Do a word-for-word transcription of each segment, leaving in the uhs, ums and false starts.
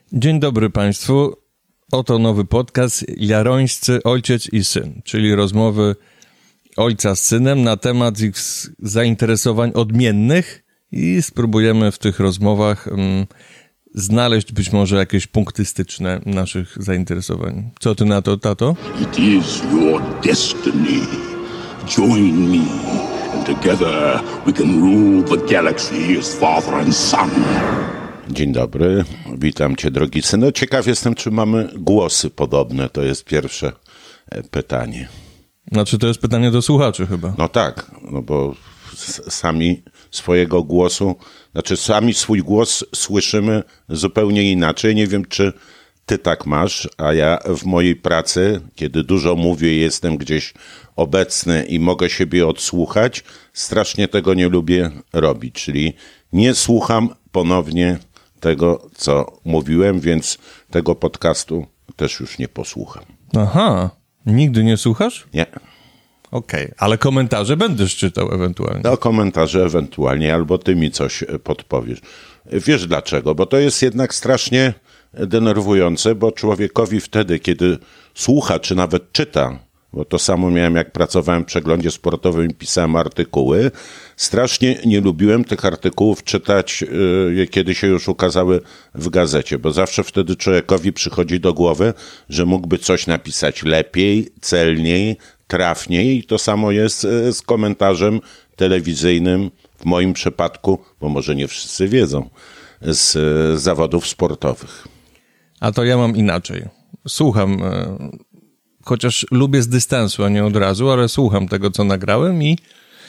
Dzień dobry Państwu. Oto nowy podcast Jarońscy ojciec i syn, czyli rozmowy ojca z synem na temat ich zainteresowań odmiennych i spróbujemy w tych rozmowach um, znaleźć być może jakieś punkty styczne naszych zainteresowań. Co ty na to, tato? It is your destiny. Join me and together we can rule the galaxy as father and son. Dzień dobry, witam cię drogi synu. Ciekaw jestem, czy mamy głosy podobne, to jest pierwsze pytanie. Znaczy to jest pytanie do słuchaczy chyba. No tak, no bo sami swojego głosu, znaczy sami swój głos słyszymy zupełnie inaczej. Nie wiem, czy ty tak masz, a ja w mojej pracy, kiedy dużo mówię, jestem gdzieś obecny i mogę siebie odsłuchać, strasznie tego nie lubię robić, czyli nie słucham ponownie tego, co mówiłem, więc tego podcastu też już nie posłucham. Aha, nigdy nie słuchasz? Nie. Okej, okay, ale komentarze będziesz czytał ewentualnie. No komentarze ewentualnie, albo ty mi coś podpowiesz. Wiesz dlaczego? Bo to jest jednak strasznie denerwujące, bo człowiekowi wtedy, kiedy słucha, czy nawet czyta, bo to samo miałem, jak pracowałem w przeglądzie sportowym i pisałem artykuły, strasznie nie lubiłem tych artykułów czytać, yy, kiedy się już ukazały w gazecie, bo zawsze wtedy człowiekowi przychodzi do głowy, że mógłby coś napisać lepiej, celniej, trafniej i to samo jest z komentarzem telewizyjnym, w moim przypadku, bo może nie wszyscy wiedzą, z zawodów sportowych. A to ja mam inaczej. Słucham, chociaż lubię z dystansu, a nie od razu, ale słucham tego, co nagrałem i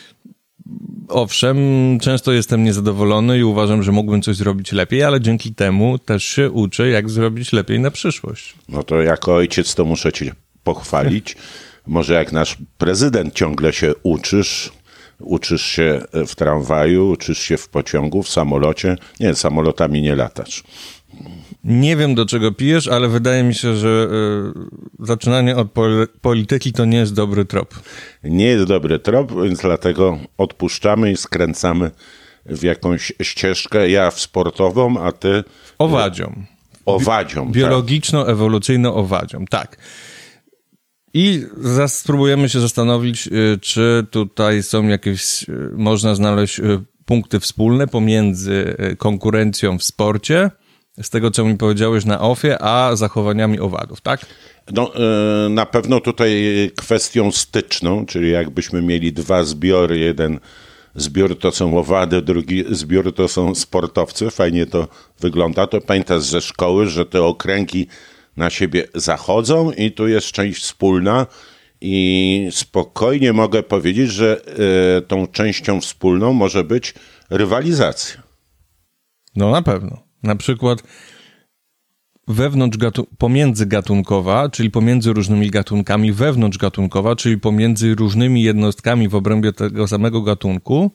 owszem, często jestem niezadowolony i uważam, że mógłbym coś zrobić lepiej, ale dzięki temu też się uczę, jak zrobić lepiej na przyszłość. No to jako ojciec to muszę cię pochwalić. Może jak nasz prezydent ciągle się uczysz, uczysz się w tramwaju, uczysz się w pociągu, w samolocie. Nie, samolotami nie latasz. Nie wiem, do czego pijesz, ale wydaje mi się, że y, zaczynanie od pol- polityki to nie jest dobry trop. Nie jest dobry trop, więc dlatego odpuszczamy i skręcamy w jakąś ścieżkę. Ja w sportową, a ty... Owadzią. Owadzią, Bi- Biologiczno-ewolucyjno-owadzią, tak. I zas- spróbujemy się zastanowić, y, czy tutaj są jakieś, y, można znaleźć y, punkty wspólne pomiędzy y, konkurencją w sporcie, z tego, co mi powiedziałeś na ofie, a zachowaniami owadów, tak? No, y, na pewno tutaj kwestią styczną, czyli jakbyśmy mieli dwa zbiory, jeden zbiór to są owady, drugi zbiór to są sportowcy, fajnie to wygląda, to pamiętasz ze szkoły, że te okręgi na siebie zachodzą i tu jest część wspólna i spokojnie mogę powiedzieć, że y, tą częścią wspólną może być rywalizacja. No na pewno. Na przykład wewnątrz gatu- pomiędzygatunkowa, czyli pomiędzy różnymi gatunkami, wewnątrzgatunkowa, czyli pomiędzy różnymi jednostkami w obrębie tego samego gatunku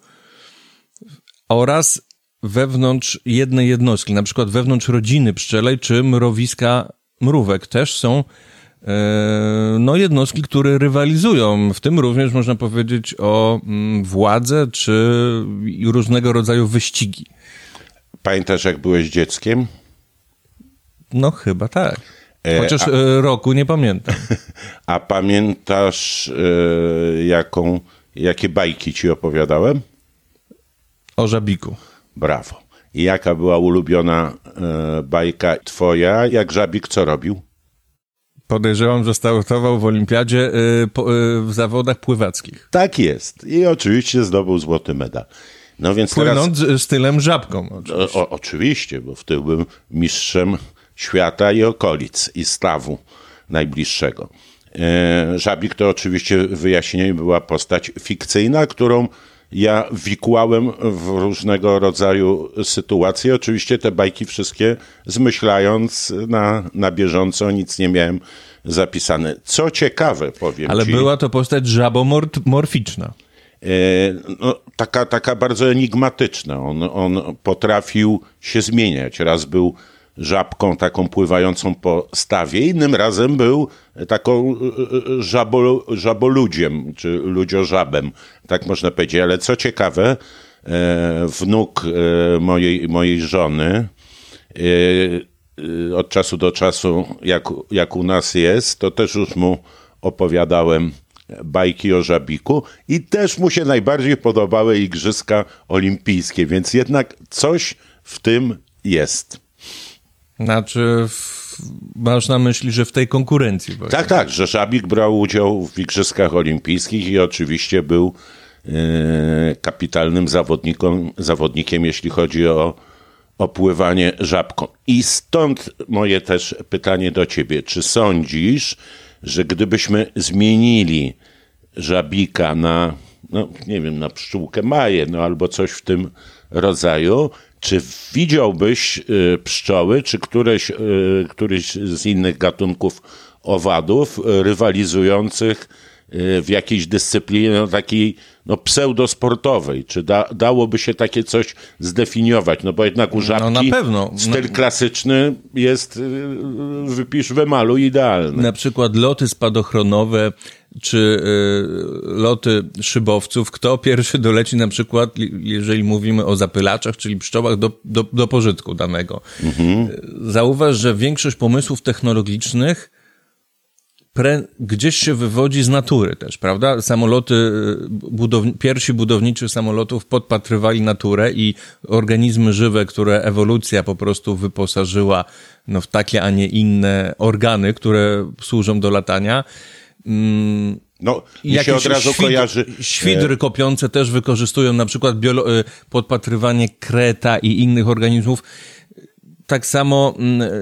oraz wewnątrz jednej jednostki, na przykład wewnątrz rodziny pszczelej czy mrowiska mrówek też są e, no, jednostki, które rywalizują. W tym również można powiedzieć o mm, władzę czy różnego rodzaju wyścigi. Pamiętasz, jak byłeś dzieckiem? No chyba tak. Chociaż e, a, roku nie pamiętam. A pamiętasz, e, jaką, jakie bajki ci opowiadałem? O żabiku. Brawo. I jaka była ulubiona e, bajka twoja? Jak żabik co robił? Podejrzewam, że startował w olimpiadzie y, po, y, w zawodach pływackich. Tak jest. I oczywiście zdobył złoty medal. No więc Płynąc teraz... stylem żabką. Oczywiście. O, oczywiście, bo wtedy byłem mistrzem świata i okolic i stawu najbliższego. E, żabik to oczywiście wyjaśnienie była postać fikcyjna, którą ja wikłałem w różnego rodzaju sytuacje. Oczywiście te bajki wszystkie zmyślając na, na bieżąco, nic nie miałem zapisane. Co ciekawe, powiem Ale ci, była to postać żabomorficzna. E, no, taka, taka bardzo enigmatyczna. On, on potrafił się zmieniać. Raz był żabką taką pływającą po stawie, innym razem był taką żabo, żaboludziem, czy ludziożabem, tak można powiedzieć. Ale co ciekawe, wnuk mojej, mojej żony od czasu do czasu, jak, jak u nas jest, to też już mu opowiadałem bajki o żabiku i też mu się najbardziej podobały Igrzyska Olimpijskie, więc jednak coś w tym jest. Znaczy, w, masz na myśli, że w tej konkurencji właśnie. Tak, tak, że żabik brał udział w Igrzyskach Olimpijskich i oczywiście był yy, kapitalnym zawodnikiem, zawodnikiem, jeśli chodzi o, o pływanie żabką. I stąd moje też pytanie do ciebie. Czy sądzisz, że gdybyśmy zmienili żabika na, no nie wiem, na pszczółkę Maję, no albo coś w tym rodzaju, czy widziałbyś y, pszczoły, czy któreś, y, któryś z innych gatunków owadów y, rywalizujących y, w jakiejś dyscyplinie no, takiej no, pseudosportowej? Czy da, dałoby się takie coś zdefiniować? No bo jednak u żabki no, na pewno. styl no. klasyczny jest y, wypisz, wymaluj idealny. Na przykład loty spadochronowe, czy y, loty szybowców. Kto pierwszy doleci na przykład, jeżeli mówimy o zapylaczach, czyli pszczołach, do, do, do pożytku danego. Mhm. Zauważ, że większość pomysłów technologicznych pre, gdzieś się wywodzi z natury też, prawda? Samoloty, budowni, pierwsi budowniczy samolotów podpatrywali naturę i organizmy żywe, które ewolucja po prostu wyposażyła no, w takie, a nie inne organy, które służą do latania. Mm, no, mi się od razu świd, kojarzy... Świdry kopiące też wykorzystują na przykład biolo- podpatrywanie kreta i innych organizmów. Tak samo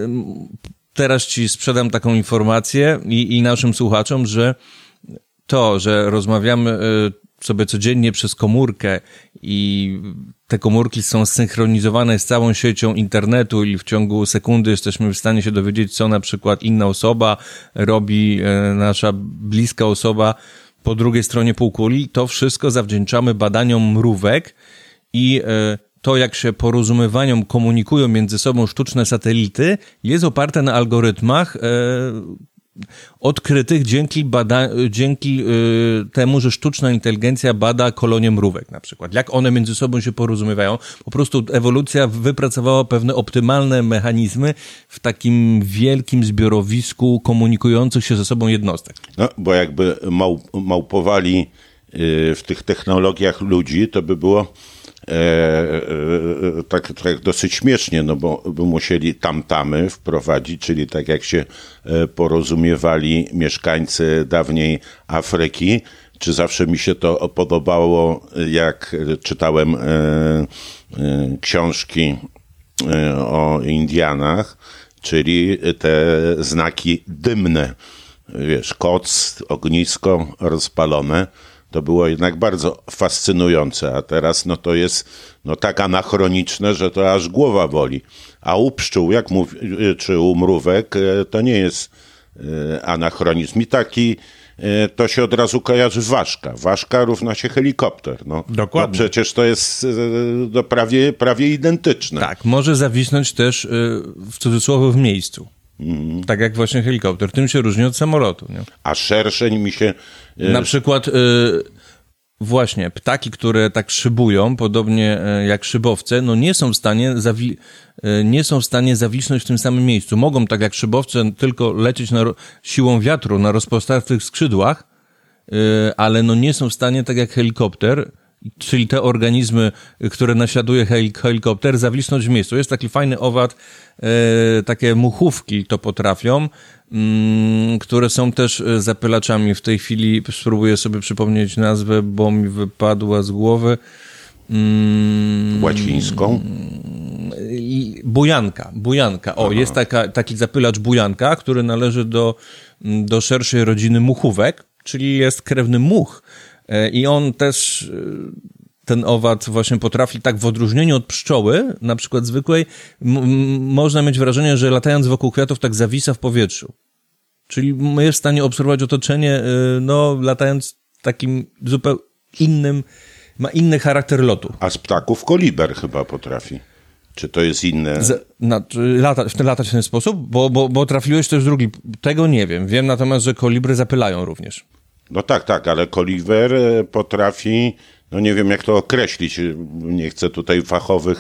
teraz ci sprzedam taką informację i, i naszym słuchaczom, że to, że rozmawiamy sobie codziennie przez komórkę i te komórki są zsynchronizowane z całą siecią internetu i w ciągu sekundy jesteśmy w stanie się dowiedzieć, co na przykład inna osoba robi, nasza bliska osoba po drugiej stronie półkuli, to wszystko zawdzięczamy badaniom mrówek i to, jak się porozumiewaniom komunikują między sobą sztuczne satelity, jest oparte na algorytmach odkrytych dzięki, bada- dzięki y, temu, że sztuczna inteligencja bada kolonie mrówek na przykład. Jak one między sobą się porozumiewają. Po prostu ewolucja wypracowała pewne optymalne mechanizmy w takim wielkim zbiorowisku komunikujących się ze sobą jednostek. No, bo jakby mał, małpowali y, w tych technologiach ludzi, to by było E, e, tak, tak dosyć śmiesznie, no bo by musieli tamtamy wprowadzić, czyli tak jak się e, porozumiewali mieszkańcy dawniej Afryki, czy zawsze mi się to podobało, jak czytałem e, e, książki e, o Indianach, czyli te znaki dymne, wiesz, koc, ognisko rozpalone. To było jednak bardzo fascynujące, a teraz no to jest no tak anachroniczne, że to aż głowa boli. A u pszczół, jak mów, czy u mrówek, to nie jest anachronizm. I taki, to się od razu kojarzy ważka. Ważka równa się helikopter. No, dokładnie. No przecież to jest no, prawie, prawie identyczne. Tak, może zawisnąć też w cudzysłowie w miejscu. Mm. Tak jak właśnie helikopter. Tym się różni od samolotu. Nie? A szerszeń mi się... Y... Na przykład y, właśnie ptaki, które tak szybują, podobnie y, jak szybowce, no nie są w stanie zawi- y, nie są w stanie zawisnąć w tym samym miejscu. Mogą tak jak szybowce tylko lecieć na ro- siłą wiatru na rozpostartych skrzydłach, y, ale no nie są w stanie tak jak helikopter, czyli te organizmy, które naśladuje helikopter, zawisnąć w miejscu. Jest taki fajny owad, e, takie muchówki to potrafią, mm, które są też zapylaczami. W tej chwili spróbuję sobie przypomnieć nazwę, bo mi wypadła z głowy. Mm, Łacińską? I bujanka, bujanka. O, Aha. jest taka, taki zapylacz bujanka, który należy do, do szerszej rodziny muchówek, czyli jest krewny much. I on też, ten owad właśnie potrafi tak w odróżnieniu od pszczoły, na przykład zwykłej, m- można mieć wrażenie, że latając wokół kwiatów tak zawisa w powietrzu. Czyli jest w stanie obserwować otoczenie, no latając takim zupełnie innym, ma inny charakter lotu. A z ptaków koliber chyba potrafi. Czy to jest inne? Z, na, lata, latać w ten sposób? Bo, bo, bo trafiłeś też drugi. Tego nie wiem. Wiem natomiast, że kolibry zapylają również. No tak, tak, ale koliber potrafi, no nie wiem jak to określić, nie chcę tutaj fachowych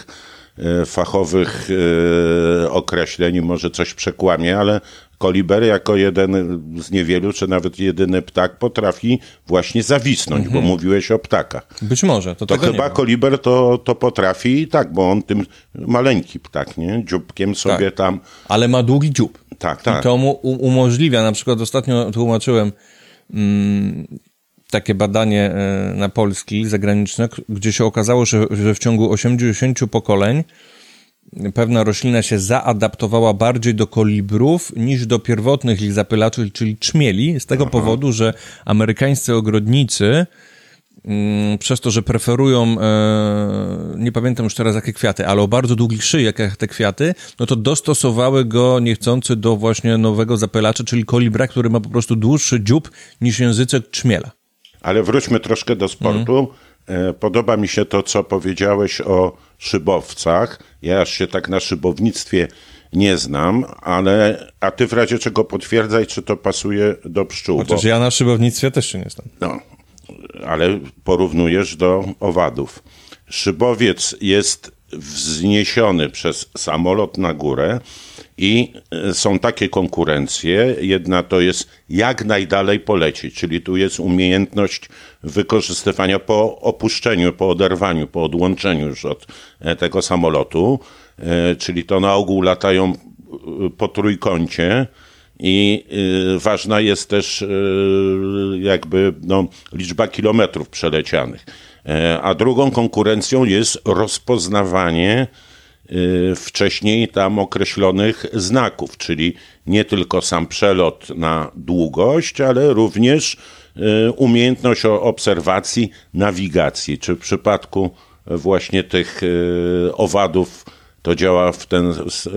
fachowych określeń, może coś przekłamie, ale koliber jako jeden z niewielu, czy nawet jedyny ptak potrafi właśnie zawisnąć, mhm. bo mówiłeś o ptakach. Być może. To, to tego chyba nie koliber to, to potrafi i tak, bo on tym maleńki ptak, nie? Dzióbkiem sobie tak. tam... Ale ma długi dziób. Tak, tak. I to mu umożliwia, na przykład ostatnio tłumaczyłem mm, takie badanie y, na polski, zagraniczne, gdzie się okazało, że, że w ciągu osiemdziesięciu pokoleń pewna roślina się zaadaptowała bardziej do kolibrów niż do pierwotnych ich zapylaczy, czyli czmieli, z tego Aha. powodu, że amerykańscy ogrodnicy mm, przez to, że preferują, e, nie pamiętam już teraz jakie kwiaty, ale o bardzo długich szyjach jak te kwiaty, no to dostosowały go niechcący do właśnie nowego zapylacza, czyli kolibra, który ma po prostu dłuższy dziób niż języczek czmiela. Ale wróćmy troszkę do sportu. Mm. Podoba mi się to, co powiedziałeś o szybowcach. Ja aż się tak na szybownictwie nie znam, ale a ty w razie czego potwierdzaj, czy to pasuje do pszczół. Chociaż bo... ja na szybownictwie też się nie znam. No, ale porównujesz do owadów. Szybowiec jest wzniesiony przez samolot na górę i są takie konkurencje. Jedna to jest jak najdalej polecieć, czyli tu jest umiejętność wykorzystywania po opuszczeniu, po oderwaniu, po odłączeniu już od tego samolotu, czyli to na ogół latają po trójkącie i ważna jest też jakby no, liczba kilometrów przelecianych. A drugą konkurencją jest rozpoznawanie wcześniej tam określonych znaków, czyli nie tylko sam przelot na długość, ale również umiejętność obserwacji, nawigacji. Czy w przypadku właśnie tych owadów to działa w ten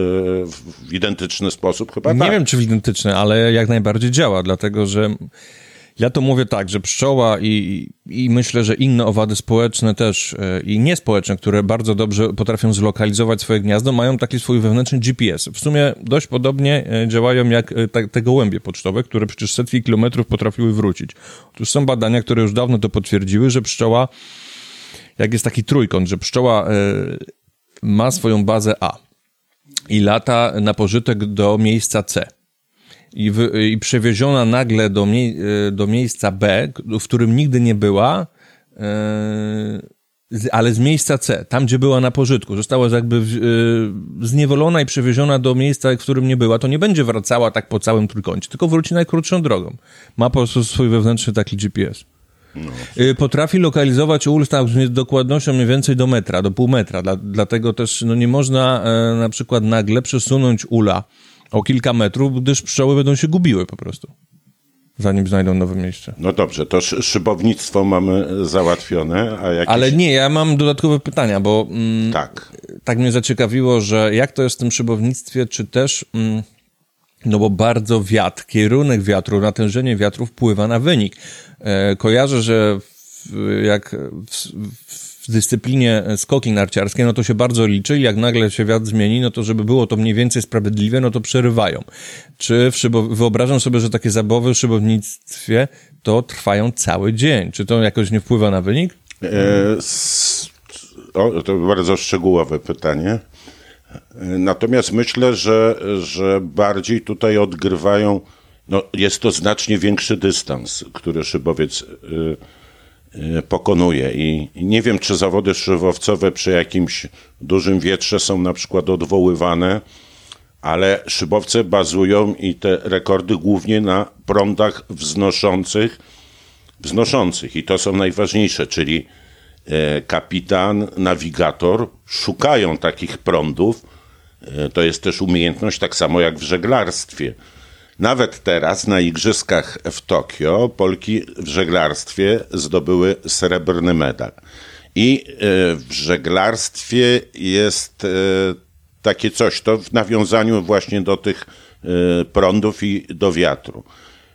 w identyczny sposób? Chyba nie tak. wiem, czy w identyczny, ale jak najbardziej działa, dlatego że ja to mówię tak, że pszczoła i, i myślę, że inne owady społeczne też i niespołeczne, które bardzo dobrze potrafią zlokalizować swoje gniazdo, mają taki swój wewnętrzny G P S. W sumie dość podobnie działają jak te, te gołębie pocztowe, które przecież setki kilometrów potrafiły wrócić. Otóż są badania, które już dawno to potwierdziły, że pszczoła, jak jest taki trójkąt, że pszczoła y, ma swoją bazę A i lata na pożytek do miejsca C. I, w, i przewieziona nagle do, mie, do miejsca B, w którym nigdy nie była, yy, ale z miejsca C, tam gdzie była na pożytku, została jakby yy, zniewolona i przewieziona do miejsca, w którym nie była, to nie będzie wracała tak po całym trójkącie, tylko wróci najkrótszą drogą. Ma po prostu swój wewnętrzny taki G P S. No. Yy, potrafi lokalizować ul z dokładnością mniej więcej do metra, do pół metra, dla, dlatego też no, nie można yy, na przykład nagle przesunąć ula o kilka metrów, gdyż pszczoły będą się gubiły po prostu, zanim znajdą nowe miejsce. No dobrze, to szybownictwo mamy załatwione, a jakieś... Ale nie, ja mam dodatkowe pytania, bo mm, tak. tak mnie zaciekawiło, że jak to jest w tym szybownictwie, czy też, mm, no bo bardzo wiatr, kierunek wiatru, natężenie wiatru wpływa na wynik. E, kojarzę, że w, jak w, w dyscyplinie skoki narciarskie, no to się bardzo liczy i jak nagle się wiatr zmieni, no to żeby było to mniej więcej sprawiedliwe, no to przerywają. Czy w szybo... wyobrażam sobie, że takie zabawy w szybownictwie to trwają cały dzień. Czy to jakoś nie wpływa na wynik? E, s... o, to bardzo szczegółowe pytanie. Natomiast myślę, że, że bardziej tutaj odgrywają, no jest to znacznie większy dystans, który szybowiec y, pokonuje i nie wiem, czy zawody szybowcowe przy jakimś dużym wietrze są na przykład odwoływane, ale szybowce bazują i te rekordy głównie na prądach wznoszących, wznoszących i to są najważniejsze, czyli kapitan, nawigator szukają takich prądów. To jest też umiejętność, tak samo jak w żeglarstwie. Nawet teraz na igrzyskach w Tokio Polki w żeglarstwie zdobyły srebrny medal. I w żeglarstwie jest takie coś, to w nawiązaniu właśnie do tych prądów i do wiatru.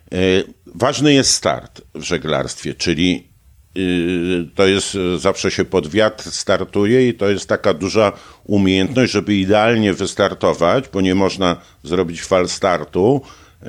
Ważny jest start w żeglarstwie, czyli to jest, zawsze się pod wiatr startuje i to jest taka duża umiejętność, żeby idealnie wystartować, bo nie można zrobić fal startu.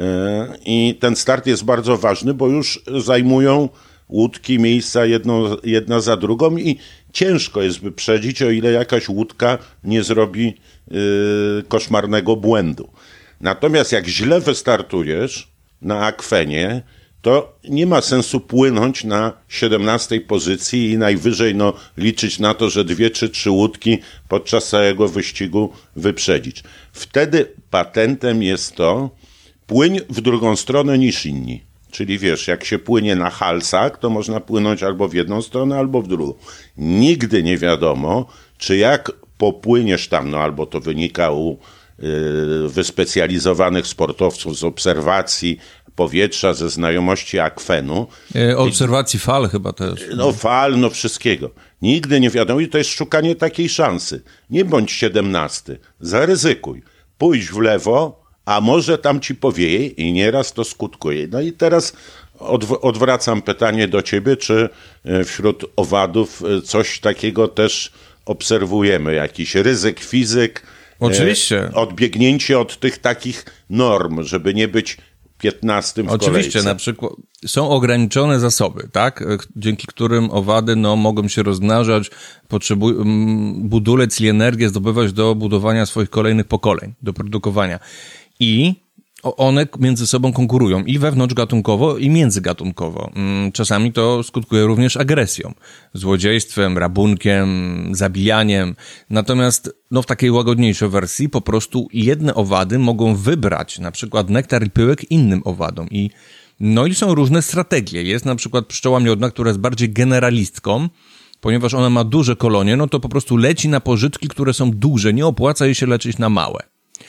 I ten start jest bardzo ważny, bo już zajmują łódki miejsca jedno, jedna za drugą i ciężko jest wyprzedzić, o ile jakaś łódka nie zrobi yy, koszmarnego błędu. Natomiast jak źle wystartujesz na akwenie, to nie ma sensu płynąć na siedemnastej pozycji i najwyżej no, liczyć na to, że dwie czy trzy łódki podczas całego wyścigu wyprzedzić. Wtedy patentem jest to, płyń w drugą stronę niż inni. Czyli wiesz, jak się płynie na halsach, to można płynąć albo w jedną stronę, albo w drugą. Nigdy nie wiadomo, czy jak popłyniesz tam, no albo to wynika u yy, wyspecjalizowanych sportowców z obserwacji powietrza, ze znajomości akwenu. Yy, obserwacji fal chyba też. No fal, no wszystkiego. Nigdy nie wiadomo i to jest szukanie takiej szansy. Nie bądź siedemnasty, zaryzykuj. Pójdź w lewo, a może tam ci powieje i nieraz to skutkuje. No i teraz odw- odwracam pytanie do ciebie, czy wśród owadów coś takiego też obserwujemy? Jakiś ryzyk, fizyk? Oczywiście. E, odbiegnięcie od tych takich norm, żeby nie być piętnastym w kolejce. Oczywiście, na przykład są ograniczone zasoby, tak, dzięki którym owady no, mogą się rozmnażać, potrzebują budulec i energię zdobywać do budowania swoich kolejnych pokoleń, do produkowania. I one między sobą konkurują i wewnątrzgatunkowo, i międzygatunkowo. Czasami to skutkuje również agresją, złodziejstwem, rabunkiem, zabijaniem. Natomiast no, w takiej łagodniejszej wersji po prostu jedne owady mogą wybrać na przykład nektar i pyłek innym owadom. I, no i są różne strategie. Jest na przykład pszczoła miodna, która jest bardziej generalistką, ponieważ ona ma duże kolonie, no to po prostu leci na pożytki, które są duże. Nie opłaca jej się leczyć na małe.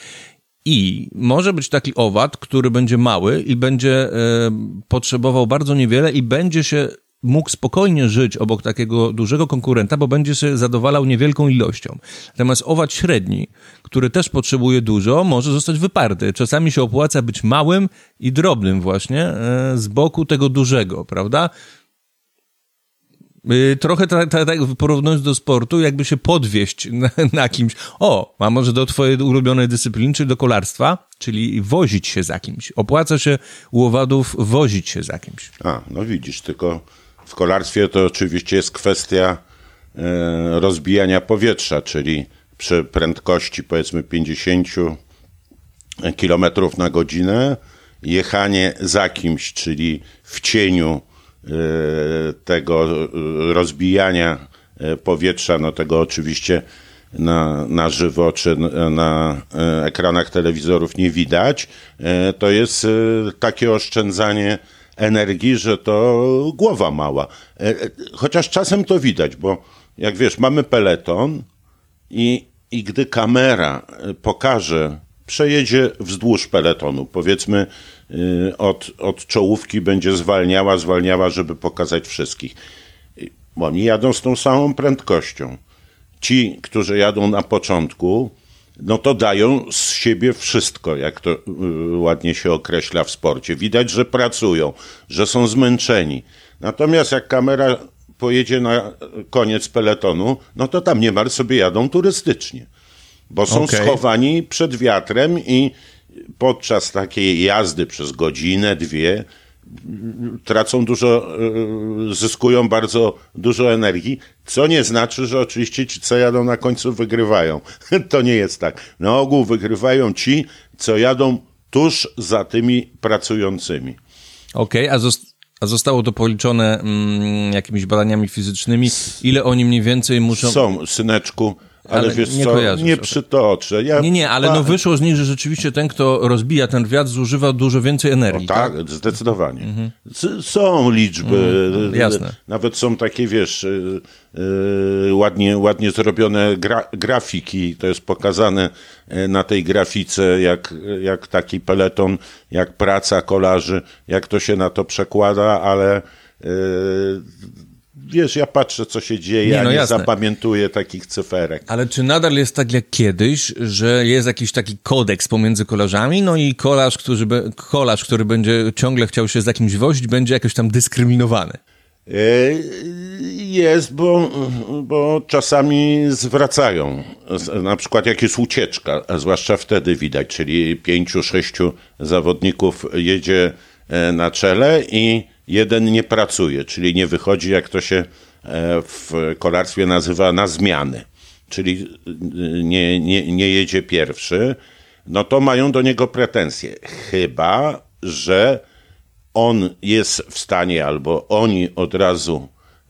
I może być taki owad, który będzie mały i będzie e, potrzebował bardzo niewiele i będzie się mógł spokojnie żyć obok takiego dużego konkurenta, bo będzie się zadowalał niewielką ilością. Natomiast owad średni, który też potrzebuje dużo, może zostać wyparty. Czasami się opłaca być małym i drobnym właśnie e, z boku tego dużego, prawda? Trochę tak ta, ta, porównując do sportu, jakby się podwieźć na, na kimś. O, a może do twojej ulubionej dyscypliny, czyli do kolarstwa, czyli wozić się za kimś. Opłaca się u owadów wozić się za kimś. A, no widzisz, tylko w kolarstwie to oczywiście jest kwestia e, rozbijania powietrza, czyli przy prędkości powiedzmy pięćdziesiąt kilometrów na godzinę jechanie za kimś, czyli w cieniu tego rozbijania powietrza, no tego oczywiście na, na żywo czy na ekranach telewizorów nie widać, to jest takie oszczędzanie energii, że to głowa mała. Chociaż czasem to widać, bo jak wiesz, mamy peleton i, i gdy kamera pokaże, przejedzie wzdłuż peletonu, powiedzmy od, od czołówki będzie zwalniała, zwalniała, żeby pokazać wszystkich. Bo oni jadą z tą samą prędkością. Ci, którzy jadą na początku, no to dają z siebie wszystko, jak to ładnie się określa w sporcie. Widać, że pracują, że są zmęczeni. Natomiast jak kamera pojedzie na koniec peletonu, no to tam niemal sobie jadą turystycznie. Bo są okay. schowani przed wiatrem i podczas takiej jazdy przez godzinę, dwie tracą dużo, zyskują bardzo dużo energii, co nie znaczy, że oczywiście ci, co jadą na końcu, wygrywają. To nie jest tak. Na ogół wygrywają ci, co jadą tuż za tymi pracującymi. Okej, okay, a, zost- a zostało to policzone mm, jakimiś badaniami fizycznymi? Ile oni mniej więcej muszą... Są, syneczku. Ale, ale wiesz nie co, kojarzysz, nie przytoczę. Ja... Nie, nie, ale no wyszło z nich, że rzeczywiście ten, kto rozbija ten wiatr, zużywa dużo więcej energii. O, tak, tak, zdecydowanie. Mhm. Są liczby, mhm, jasne. Nawet są takie, wiesz, yy, ładnie, ładnie zrobione gra, grafiki. To jest pokazane na tej grafice, jak, jak taki peleton, jak praca kolarzy, jak to się na to przekłada, ale... Yy, Wiesz, ja patrzę, co się dzieje, nie, no ja nie jasne. zapamiętuję takich cyferek. Ale czy nadal jest tak jak kiedyś, że jest jakiś taki kodeks pomiędzy kolarzami, no i kolarz, który, kolarz, który będzie ciągle chciał się z kimś wozić, będzie jakoś tam dyskryminowany? Jest, bo, bo czasami zwracają. Na przykład jak jest ucieczka, a zwłaszcza wtedy widać, czyli pięciu, sześciu zawodników jedzie na czele i jeden nie pracuje, czyli nie wychodzi, jak to się w kolarstwie nazywa na zmiany, czyli nie, nie, nie jedzie pierwszy, no to mają do niego pretensje. Chyba że on jest w stanie, albo oni od razu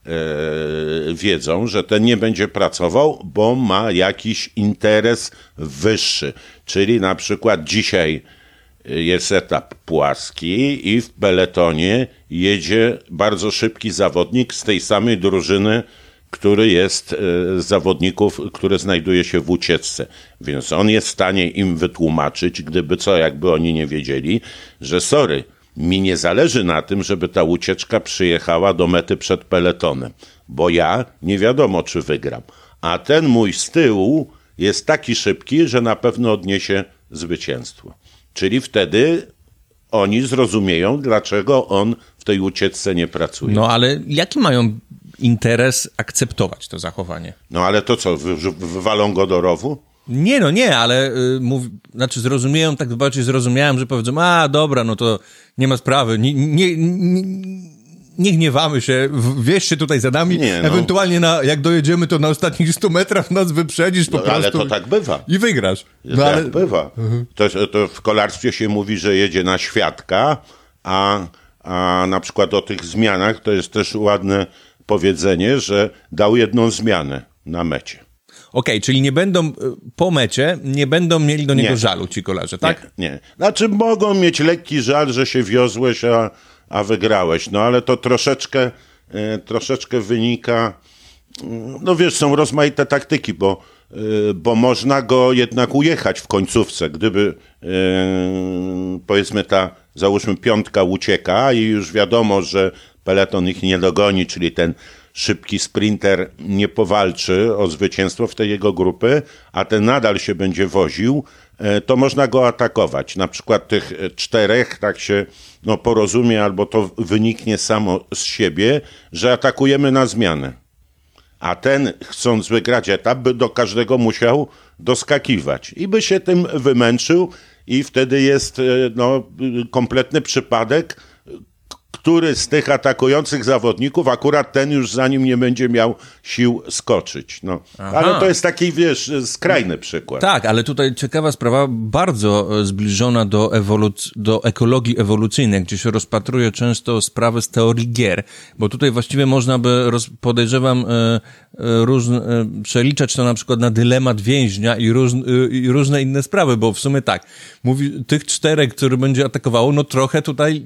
e, wiedzą, że ten nie będzie pracował, bo ma jakiś interes wyższy. Czyli na przykład dzisiaj jest etap płaski i w peletonie jedzie bardzo szybki zawodnik z tej samej drużyny, który jest z zawodników, który znajduje się w ucieczce. Więc on jest w stanie im wytłumaczyć, gdyby co, jakby oni nie wiedzieli, że sorry, mi nie zależy na tym, żeby ta ucieczka przyjechała do mety przed peletonem, bo ja nie wiadomo, czy wygram. A ten mój z tyłu jest taki szybki, że na pewno odniesie zwycięstwo. Czyli wtedy oni zrozumieją, dlaczego on w tej ucieczce nie pracuje. No ale jaki mają interes akceptować to zachowanie? No ale to co, wy, wywalą go do rowu? Nie, no nie, ale y, mów, znaczy zrozumieją, tak bardziej zrozumiałem, że powiedzą, a dobra, no to nie ma sprawy, nie, nie, nie, nie gniewamy się, wieźcie tutaj za nami, nie, no. Ewentualnie na, jak dojedziemy, to na ostatnich stu metrach nas wyprzedzisz po no, prostu. Ale to tak bywa. I wygrasz. No, tak ale... bywa. Mhm. To, to w kolarstwie się mówi, że jedzie na świadka, a, a na przykład o tych zmianach to jest też ładne powiedzenie, że dał jedną zmianę na mecie. Okej, okay, czyli nie będą, po mecie, nie będą mieli do niego nie. żalu ci kolarze, tak? Nie, nie. Znaczy mogą mieć lekki żal, że się wiozłeś, a, a wygrałeś, no ale to troszeczkę, e, troszeczkę wynika, no wiesz, są rozmaite taktyki, bo, e, bo można go jednak ujechać w końcówce, gdyby e, powiedzmy ta, załóżmy piątka ucieka i już wiadomo, że peleton ich nie dogoni, czyli ten szybki sprinter nie powalczy o zwycięstwo w tej jego grupy, a ten nadal się będzie woził, to można go atakować. Na przykład tych czterech tak się no, porozumie, albo to wyniknie samo z siebie, że atakujemy na zmianę. A ten, chcąc wygrać etap, by do każdego musiał doskakiwać. I by się tym wymęczył i wtedy jest no, kompletny przypadek, który z tych atakujących zawodników, akurat ten już za nim nie będzie miał sił skoczyć. No. Ale to jest taki, wiesz, skrajny przykład. Tak, ale tutaj ciekawa sprawa, bardzo zbliżona do, ewoluc- do ekologii ewolucyjnej, gdzie się rozpatruje często sprawy z teorii gier, bo tutaj właściwie można by, roz- podejrzewam, e, e, różne, e, przeliczać to na przykład na dylemat więźnia i, róż, e, i różne inne sprawy, bo w sumie tak, mówi, tych czterech, który będzie atakowało, no trochę tutaj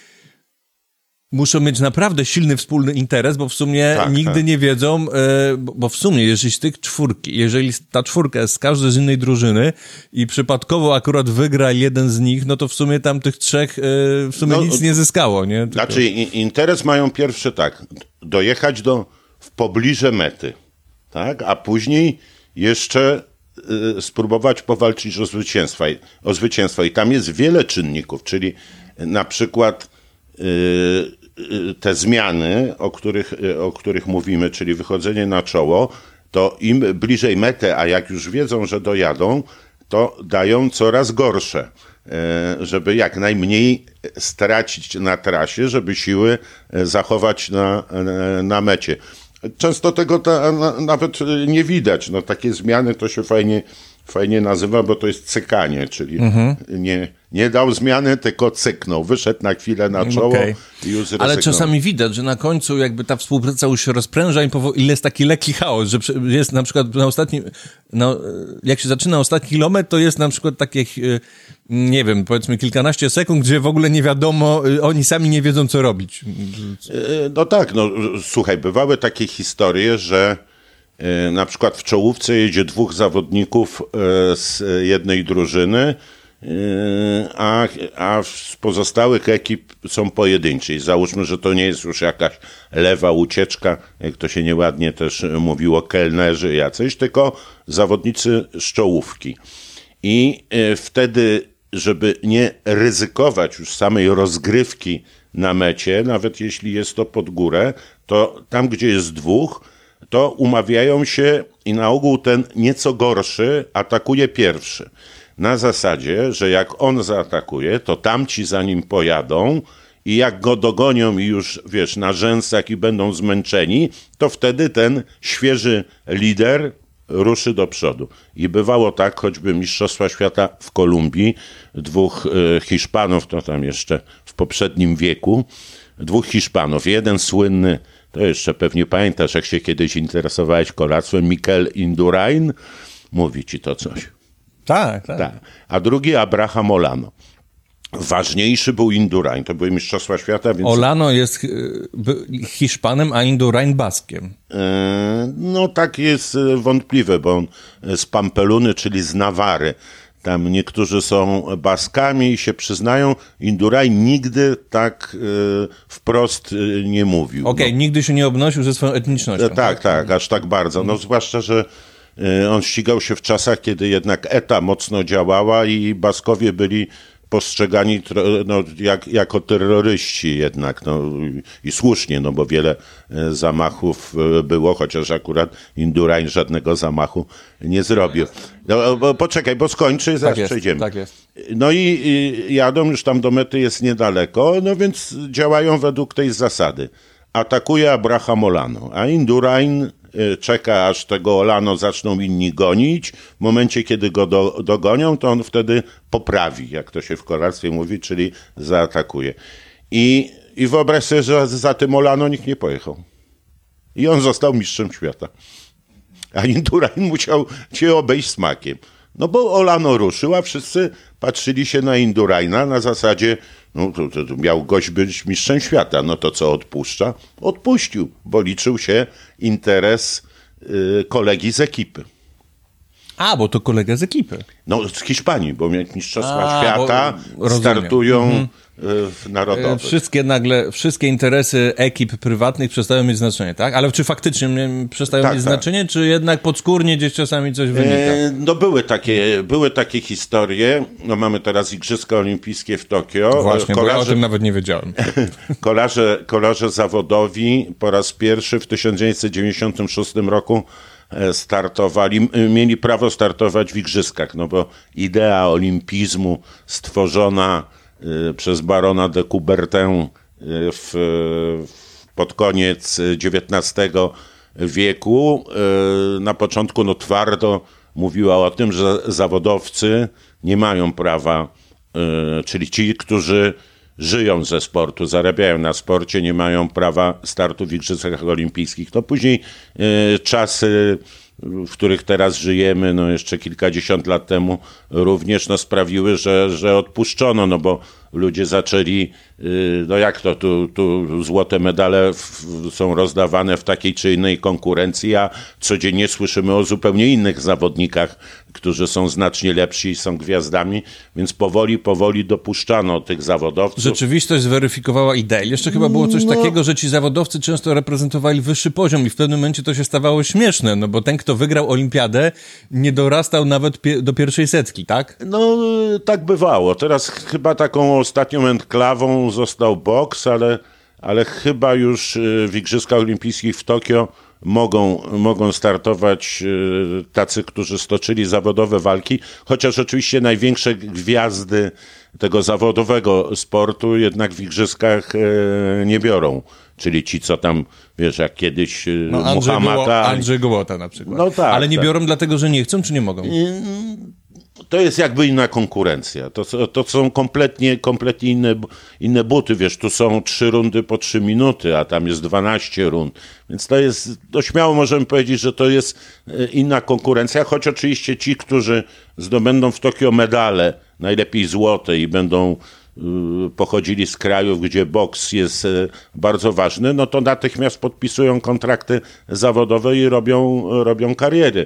muszą mieć naprawdę silny wspólny interes, bo w sumie tak, nigdy tak. nie wiedzą, e, bo w sumie, jeżeli z tych czwórki, jeżeli ta czwórka jest z każdej z innej drużyny i przypadkowo akurat wygra jeden z nich, no to w sumie tam tych trzech e, w sumie no, nic nie zyskało, nie? Tylko... Znaczy interes mają pierwszy tak, dojechać do, w pobliże mety, tak, a później jeszcze y, spróbować powalczyć o zwycięstwo, o zwycięstwo i tam jest wiele czynników, czyli na przykład y, te zmiany, o których, o których mówimy, czyli wychodzenie na czoło, to im bliżej mety, a jak już wiedzą, że dojadą, to dają coraz gorsze, żeby jak najmniej stracić na trasie, żeby siły zachować na, na mecie. Często tego ta, nawet nie widać. No, takie zmiany to się fajnie, fajnie nazywa, bo to jest cykanie, czyli mhm. nie, nie dał zmiany, tylko cyknął. Wyszedł na chwilę na czoło okay. i już rezygnował. Ale czasami widać, że na końcu jakby ta współpraca już się rozpręża i powoli jest taki lekki chaos, że jest na przykład na ostatnim, no, jak się zaczyna ostatni kilometr, to jest na przykład takich, nie wiem, powiedzmy kilkanaście sekund, gdzie w ogóle nie wiadomo, oni sami nie wiedzą, co robić. No tak, no słuchaj, bywały takie historie, że na przykład w czołówce jedzie dwóch zawodników z jednej drużyny, a, a z pozostałych ekip są pojedynczy. Załóżmy, że to nie jest już jakaś lewa ucieczka, jak to się nieładnie też mówiło, kelnerzy jacyś, tylko zawodnicy z czołówki. I wtedy, żeby nie ryzykować już samej rozgrywki na mecie, nawet jeśli jest to pod górę, to tam, gdzie jest dwóch, to umawiają się i na ogół ten nieco gorszy atakuje pierwszy. Na zasadzie, że jak on zaatakuje, to tamci za nim pojadą i jak go dogonią i już, wiesz, na rzęsach i będą zmęczeni, to wtedy ten świeży lider ruszy do przodu. I bywało tak, choćby Mistrzostwa Świata w Kolumbii, dwóch e, Hiszpanów, to tam jeszcze w poprzednim wieku, dwóch Hiszpanów, jeden słynny, to jeszcze pewnie pamiętasz, jak się kiedyś interesowałeś kolarstwem, Mikel Indurain, mówi ci to coś. Tak, tak. tak. A drugi Abraham Olano. Ważniejszy był Indurain, to były Mistrzostwa Świata, więc... Olano jest Hiszpanem, a Indurain Baskiem. E, no tak jest wątpliwe, bo on z Pampeluny, czyli z Nawary. Tam niektórzy są Baskami i się przyznają, Indurain nigdy tak e, wprost e, nie mówił. Okej, okay, no. Nigdy się nie obnosił ze swoją etnicznością. E, tak, tak, tak, aż tak bardzo. No zwłaszcza, że e, on ścigał się w czasach, kiedy jednak E T A mocno działała i Baskowie byli postrzegani no, jak, jako terroryści jednak, no i słusznie, no bo wiele zamachów było, chociaż akurat Indurain żadnego zamachu nie zrobił. No, bo, poczekaj, bo skończy, zaraz tak przejdziemy. Tak jest. No i, i jadą, już tam do mety jest niedaleko, no więc działają według tej zasady. Atakuje Abraham Olano, a Indurain czeka, aż tego Olano zaczną inni gonić. W momencie, kiedy go do, dogonią, to on wtedy poprawi, jak to się w kolarstwie mówi, czyli zaatakuje. I, i wyobraź sobie, że za tym Olano nikt nie pojechał. I on został mistrzem świata. A Indurain musiał cię obejść smakiem. No bo Olano ruszył, a wszyscy patrzyli się na Induraina na zasadzie, no to, to, to miał gość być mistrzem świata, no to co odpuszcza? Odpuścił, bo liczył się interes y, kolegi z ekipy. A, bo to kolega z ekipy. No z Hiszpanii, bo mistrzostwa A, świata startują mhm. w narodowych. Wszystkie nagle, wszystkie interesy ekip prywatnych przestają mieć znaczenie, tak? Ale czy faktycznie przestają tak, mieć tak. znaczenie, czy jednak podskórnie gdzieś czasami coś wynika? E, no były takie, były takie historie. No mamy teraz Igrzyska Olimpijskie w Tokio. Właśnie, kolarze, bo ja o tym nawet nie wiedziałem. kolarze, kolarze zawodowi po raz pierwszy w tysiąc dziewięćset dziewięćdziesiątym szóstym roku startowali, mieli prawo startować w igrzyskach, no bo idea olimpizmu stworzona y, przez barona de Coubertin y, w, w, pod koniec dziewiętnastego wieku y, na początku no twardo mówiła o tym, że zawodowcy nie mają prawa, y, czyli ci, którzy żyją ze sportu, zarabiają na sporcie, nie mają prawa startu w Igrzyskach Olimpijskich. No później y, czasy, w których teraz żyjemy, no jeszcze kilkadziesiąt lat temu również no, sprawiły, że, że odpuszczono, no bo ludzie zaczęli, y, no jak to, tu, tu złote medale w, są rozdawane w takiej czy innej konkurencji, a codziennie słyszymy o zupełnie innych zawodnikach, którzy są znacznie lepsi i są gwiazdami, więc powoli, powoli dopuszczano tych zawodowców. Rzeczywistość zweryfikowała ideę. Jeszcze chyba było coś no. takiego, że ci zawodowcy często reprezentowali wyższy poziom i w pewnym momencie to się stawało śmieszne, no bo ten, kto wygrał olimpiadę, nie dorastał nawet pie- do pierwszej setki, tak? No, tak bywało. Teraz chyba taką ostatnią enklawą został boks, ale, ale chyba już w Igrzyskach Olimpijskich w Tokio mogą, mogą startować tacy, którzy stoczyli zawodowe walki, chociaż oczywiście największe gwiazdy tego zawodowego sportu jednak w Igrzyskach nie biorą. Czyli ci, co tam, wiesz, jak kiedyś no, Andrzej Muhammad Goło, Andrzej Gołota na przykład. No tak, ale nie tak. biorą dlatego, że nie chcą, czy nie mogą? To jest jakby inna konkurencja. To, to są kompletnie, kompletnie inne, inne buty. Wiesz, tu są trzy rundy po trzy minuty, a tam jest dwanaście rund. Więc to jest, to śmiało możemy powiedzieć, że to jest inna konkurencja, choć oczywiście ci, którzy zdobędą w Tokio medale, najlepiej złote i będą pochodzili z krajów, gdzie boks jest bardzo ważny, no to natychmiast podpisują kontrakty zawodowe i robią, robią kariery.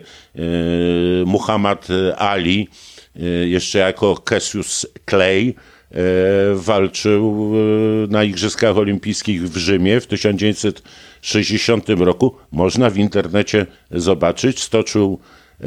Muhammad Ali, jeszcze jako Cassius Clay, walczył na Igrzyskach Olimpijskich w Rzymie w tysiąc dziewięćset sześćdziesiątym roku. Można w internecie zobaczyć. Stoczył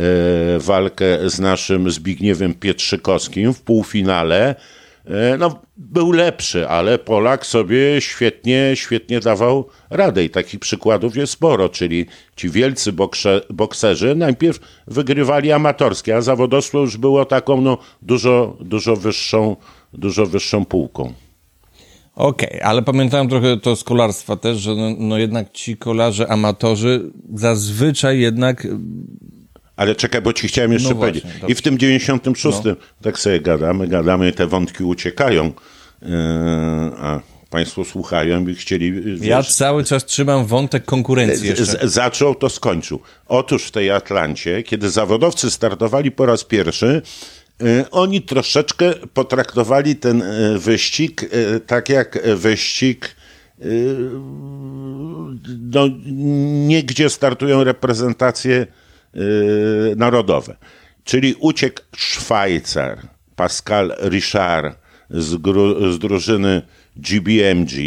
walkę z naszym Zbigniewem Pietrzykowskim w półfinale. No, był lepszy, ale Polak sobie świetnie, świetnie dawał radę i takich przykładów jest sporo, czyli ci wielcy bokse, bokserzy najpierw wygrywali amatorskie, a zawodowstwo już było taką no, dużo, dużo wyższą, dużo wyższą półką. Okej, okay, ale pamiętałem trochę to z kolarstwa też, że no, no jednak ci kolarze, amatorzy zazwyczaj jednak... Ale czekaj, bo ci chciałem jeszcze no powiedzieć. Właśnie, I w tym dziewięćdziesiątym szóstym no. tak sobie gadamy, gadamy, te wątki uciekają, yy, a państwo słuchają i chcieli... Wiesz, ja cały czas trzymam wątek konkurencji jeszcze. Z, zaczął, to skończył. Otóż w tej Atlancie, kiedy zawodowcy startowali po raz pierwszy, yy, oni troszeczkę potraktowali ten yy, wyścig yy, tak jak wyścig yy, no, nie gdzie startują reprezentacje yy, narodowe. Czyli uciekł Szwajcar, Pascal Richard z, gru, z drużyny G B M G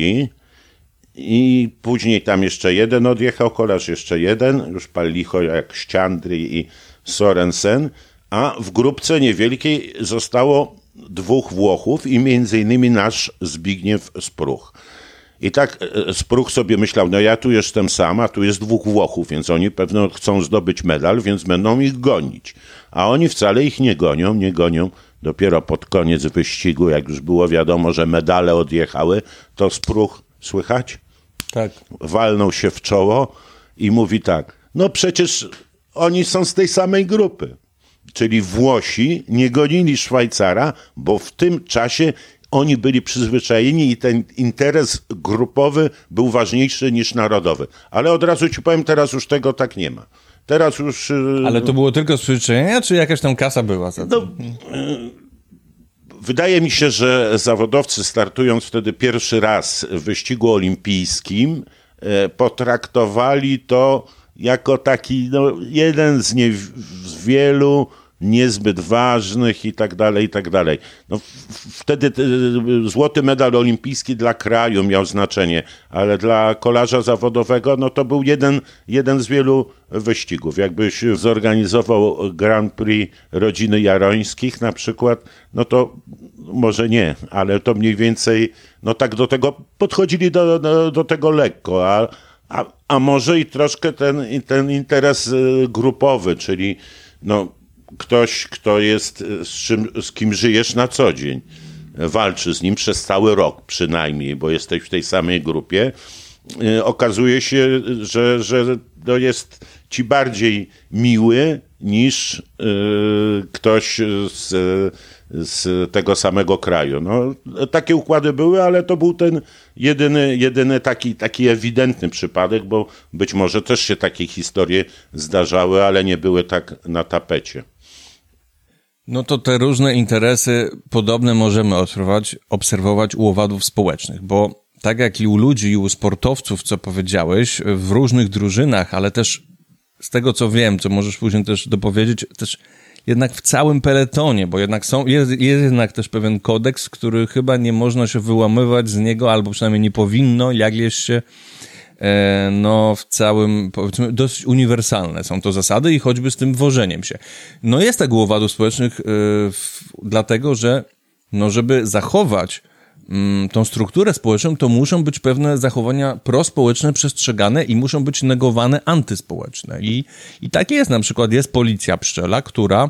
i później tam jeszcze jeden odjechał, kolarz jeszcze jeden, już pal licho jak Ściandry i Sorensen, a w grupce niewielkiej zostało dwóch Włochów i między innymi nasz Zbigniew Spruch. I tak Spruch sobie myślał, no ja tu jestem sam, a tu jest dwóch Włochów, więc oni pewno chcą zdobyć medal, więc będą ich gonić. A oni wcale ich nie gonią, nie gonią. Dopiero pod koniec wyścigu, jak już było wiadomo, że medale odjechały, to Spruch, słychać? Tak. Walnął się w czoło i mówi tak, no przecież oni są z tej samej grupy. Czyli Włosi nie gonili Szwajcara, bo w tym czasie oni byli przyzwyczajeni i ten interes grupowy był ważniejszy niż narodowy. Ale od razu ci powiem, teraz już tego tak nie ma. Teraz już... Ale to było tylko z przyzwyczajenia, czy jakaś tam kasa była za to? No, wydaje mi się, że zawodowcy startując wtedy pierwszy raz w wyścigu olimpijskim potraktowali to jako taki no, jeden z, nie, z wielu niezbyt ważnych i tak dalej, i tak dalej. No, wtedy złoty medal olimpijski dla kraju miał znaczenie, ale dla kolarza zawodowego no to był jeden, jeden z wielu wyścigów. Jakbyś zorganizował Grand Prix rodziny Jarońskich na przykład, no to może nie, ale to mniej więcej no tak do tego podchodzili do, do, do tego lekko, a, a, a może i troszkę ten, ten interes grupowy, czyli no ktoś, kto jest, z, czym, z kim żyjesz na co dzień, walczy z nim przez cały rok przynajmniej, bo jesteś w tej samej grupie, yy, okazuje się, że, że to jest ci bardziej miły niż yy, ktoś z, z tego samego kraju. No, takie układy były, ale to był ten jedyny, jedyny taki, taki ewidentny przypadek, bo być może też się takie historie zdarzały, ale nie były tak na tapecie. No to te różne interesy podobne możemy obserwować, obserwować u owadów społecznych, bo tak jak i u ludzi, i u sportowców, co powiedziałeś, w różnych drużynach, ale też z tego, co wiem, co możesz później też dopowiedzieć, też jednak w całym peletonie, bo jednak są, jest, jest jednak też pewien kodeks, który chyba nie można się wyłamywać z niego, albo przynajmniej nie powinno, jak jest się no w całym, powiedzmy, dosyć uniwersalne są to zasady i choćby z tym wożeniem się. No jest tak u owadów społecznych yy, w, dlatego, że no żeby zachować yy, tą strukturę społeczną, to muszą być pewne zachowania prospołeczne przestrzegane i muszą być negowane antyspołeczne. I, i tak jest, na przykład jest policja pszczela, która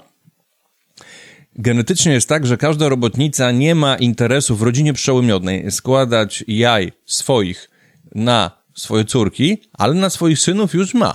genetycznie jest tak, że każda robotnica nie ma interesu w rodzinie pszczoły miodnej składać jaj swoich na swoje córki, ale na swoich synów już ma.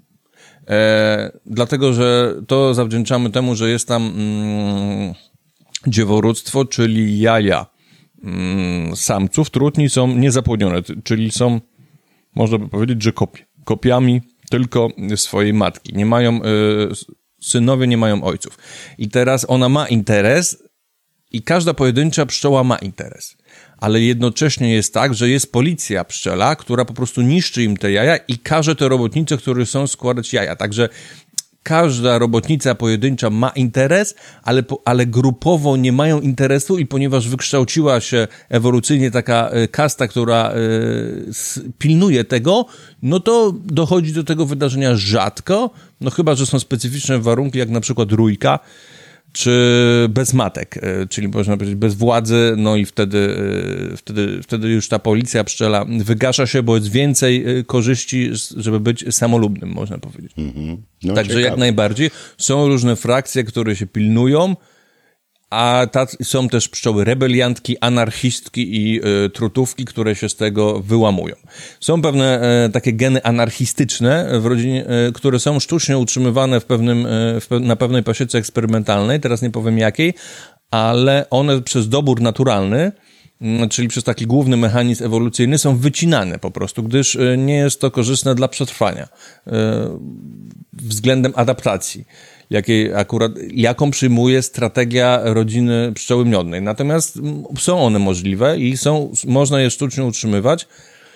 E, dlatego, że to zawdzięczamy temu, że jest tam mm, dzieworództwo, czyli jaja mm, samców trutni są niezapłodnione, czyli są, można by powiedzieć, że kopie, kopiami tylko swojej matki. Nie mają, e, synowie nie mają ojców. I teraz ona ma interes i każda pojedyncza pszczoła ma interes. Ale jednocześnie jest tak, że jest policja pszczela, która po prostu niszczy im te jaja i każe te robotnice, które są, składać jaja. Także każda robotnica pojedyncza ma interes, ale, ale grupowo nie mają interesu i ponieważ wykształciła się ewolucyjnie taka kasta, która y, pilnuje tego, no to dochodzi do tego wydarzenia rzadko, no chyba, że są specyficzne warunki, jak na przykład rójka, czy bez matek, czyli można powiedzieć bez władzy, no i wtedy, wtedy, wtedy już ta policja pszczela wygasza się, bo jest więcej korzyści, żeby być samolubnym, można powiedzieć. Mm-hmm. No, Także ciekawe. Jak najbardziej są różne frakcje, które się pilnują, a tacy, są też pszczoły rebeliantki, anarchistki i y, trutówki, które się z tego wyłamują. Są pewne y, takie geny anarchistyczne w rodzinie, y, które są sztucznie utrzymywane w pewnym, y, w pe- na pewnej pasiece eksperymentalnej, teraz nie powiem jakiej, ale one przez dobór naturalny, y, czyli przez taki główny mechanizm ewolucyjny, są wycinane po prostu, gdyż y, nie jest to korzystne dla przetrwania y, względem adaptacji. Jakiej akurat, jaką przyjmuje strategia rodziny pszczoły miodnej. Natomiast są one możliwe i są, można je sztucznie utrzymywać.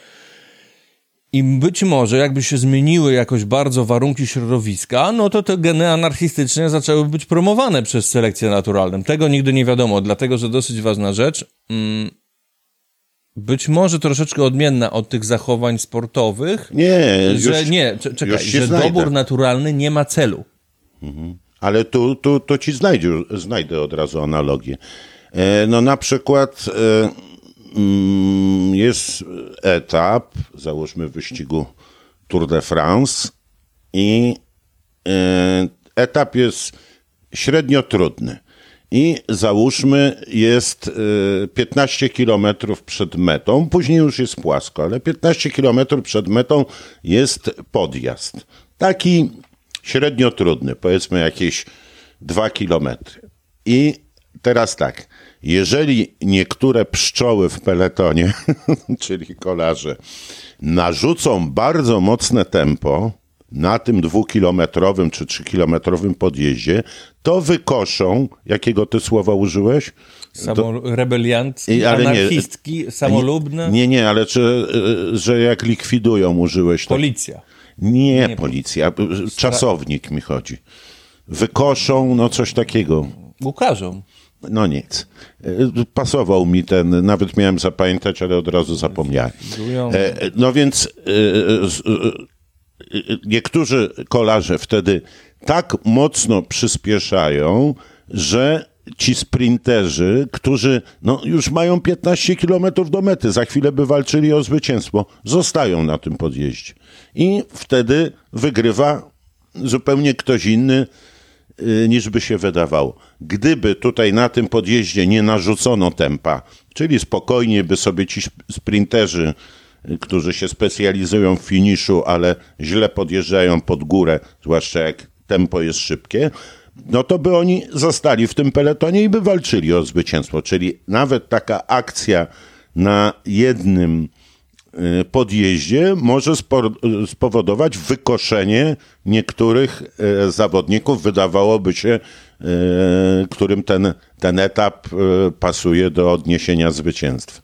I być może jakby się zmieniły jakoś bardzo warunki środowiska, no to te geny anarchistyczne zaczęły być promowane przez selekcję naturalną. Tego nigdy nie wiadomo, dlatego że dosyć ważna rzecz, być może troszeczkę odmienna od tych zachowań sportowych, Nie, że już, nie, czekaj, już się że znajdę. dobór naturalny nie ma celu. Mhm. Ale tu, tu, tu ci znajdzie, znajdę od razu analogię. E, no na przykład e, mm, jest etap, załóżmy w wyścigu Tour de France i e, etap jest średnio trudny. I załóżmy jest e, piętnaście kilometrów przed metą, później już jest płasko, ale piętnaście kilometrów przed metą jest podjazd. Taki średnio trudny, powiedzmy jakieś dwa kilometry. I teraz tak, jeżeli niektóre pszczoły w peletonie, czyli kolarze, narzucą bardzo mocne tempo na tym dwukilometrowym czy trzykilometrowym podjeździe, to wykoszą, jakiego ty słowa użyłeś? Samo, to, rebeliantki, ale anarchistki, nie, samolubne. Nie, nie, ale czy, że jak likwidują użyłeś? Tak? Policja. Nie, Nie, policja, czasownik mi chodzi. Wykoszą, no coś takiego. Ukażą. No nic. Pasował mi ten, nawet miałem zapamiętać, ale od razu zapomniałem. No więc niektórzy kolarze wtedy tak mocno przyspieszają, że ci sprinterzy, którzy no, już mają piętnaście kilometrów do mety, za chwilę by walczyli o zwycięstwo, zostają na tym podjeździe. I wtedy wygrywa zupełnie ktoś inny, y, niż by się wydawało. Gdyby tutaj na tym podjeździe nie narzucono tempa, czyli spokojnie by sobie ci sprinterzy, y, którzy się specjalizują w finiszu, ale źle podjeżdżają pod górę, zwłaszcza jak tempo jest szybkie, no to by oni zostali w tym peletonie i by walczyli o zwycięstwo. Czyli nawet taka akcja na jednym podjeździe może spowodować wykoszenie niektórych zawodników, wydawałoby się, którym ten, ten etap pasuje do odniesienia zwycięstw.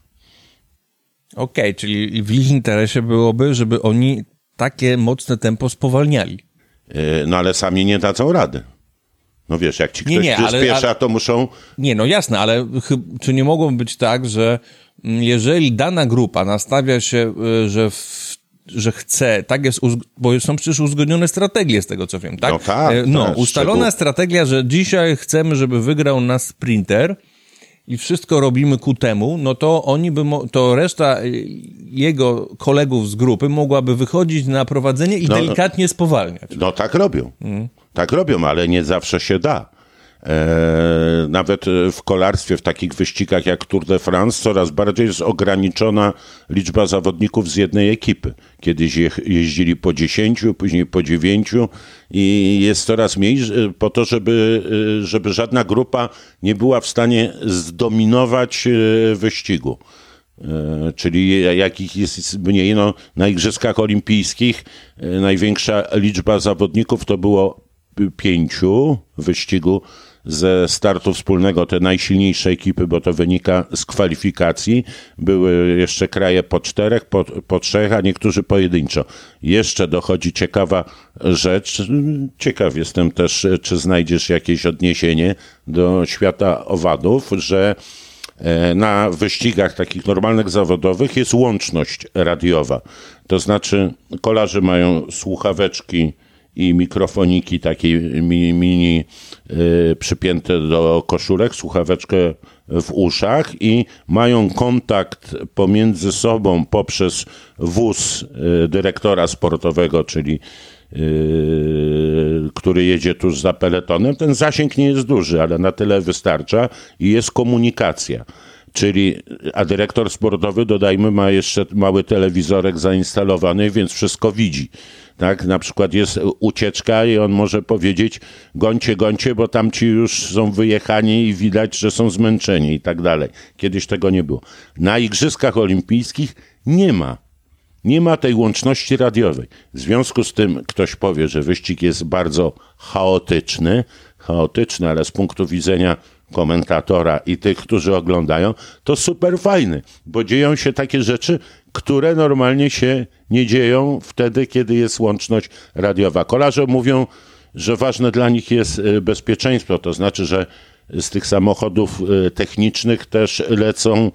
Okej, okay, czyli w ich interesie byłoby, żeby oni takie mocne tempo spowalniali. No ale sami nie dadzą rady. No wiesz, jak ci ktoś nie, nie, przyspiesza, ale, ale, to muszą... Nie, no jasne, ale chyb, czy nie mogło być tak, że jeżeli dana grupa nastawia się, że, w, że chce, tak jest, uzg- bo są przecież uzgodnione strategie z tego, co wiem, tak? No tak. No, tak, ustalona szczegół... strategia, że dzisiaj chcemy, żeby wygrał nasz sprinter i wszystko robimy ku temu, no to oni by, mo- to reszta jego kolegów z grupy mogłaby wychodzić na prowadzenie i no, delikatnie spowalniać. No tak robią. Mm. Tak robią, ale nie zawsze się da. E, nawet w kolarstwie, w takich wyścigach jak Tour de France, coraz bardziej jest ograniczona liczba zawodników z jednej ekipy. Kiedyś je, jeździli po dziesięciu, później po dziewięciu i jest coraz mniej po to, żeby, żeby żadna grupa nie była w stanie zdominować wyścigu. E, czyli jakich jest mniej, no, na Igrzyskach Olimpijskich e, największa liczba zawodników to było pięciu w wyścigu ze startu wspólnego, te najsilniejsze ekipy, bo to wynika z kwalifikacji. Były jeszcze kraje po czterech, po, po trzech, a niektórzy pojedynczo. Jeszcze dochodzi ciekawa rzecz. Ciekaw jestem też, czy znajdziesz jakieś odniesienie do świata owadów, że na wyścigach takich normalnych zawodowych jest łączność radiowa. To znaczy kolarze mają słuchaweczki i mikrofoniki takie mini, mini y, przypięte do koszulek, słuchaweczkę w uszach i mają kontakt pomiędzy sobą poprzez wóz y, dyrektora sportowego, czyli yy, który jedzie tuż za peletonem. Ten zasięg nie jest duży, ale na tyle wystarcza i jest komunikacja. Czyli, a dyrektor sportowy, dodajmy, ma jeszcze mały telewizorek zainstalowany, więc wszystko widzi. Tak, na przykład jest ucieczka i on może powiedzieć gońcie, gońcie, bo tam ci już są wyjechani i widać, że są zmęczeni i tak dalej. Kiedyś tego nie było. Na Igrzyskach Olimpijskich nie ma. Nie ma tej łączności radiowej. W związku z tym ktoś powie, że wyścig jest bardzo chaotyczny, chaotyczny, ale z punktu widzenia komentatora i tych, którzy oglądają, to super fajny, bo dzieją się takie rzeczy, które normalnie się nie dzieją wtedy, kiedy jest łączność radiowa. Kolarze mówią, że ważne dla nich jest bezpieczeństwo, to znaczy, że z tych samochodów technicznych też lecą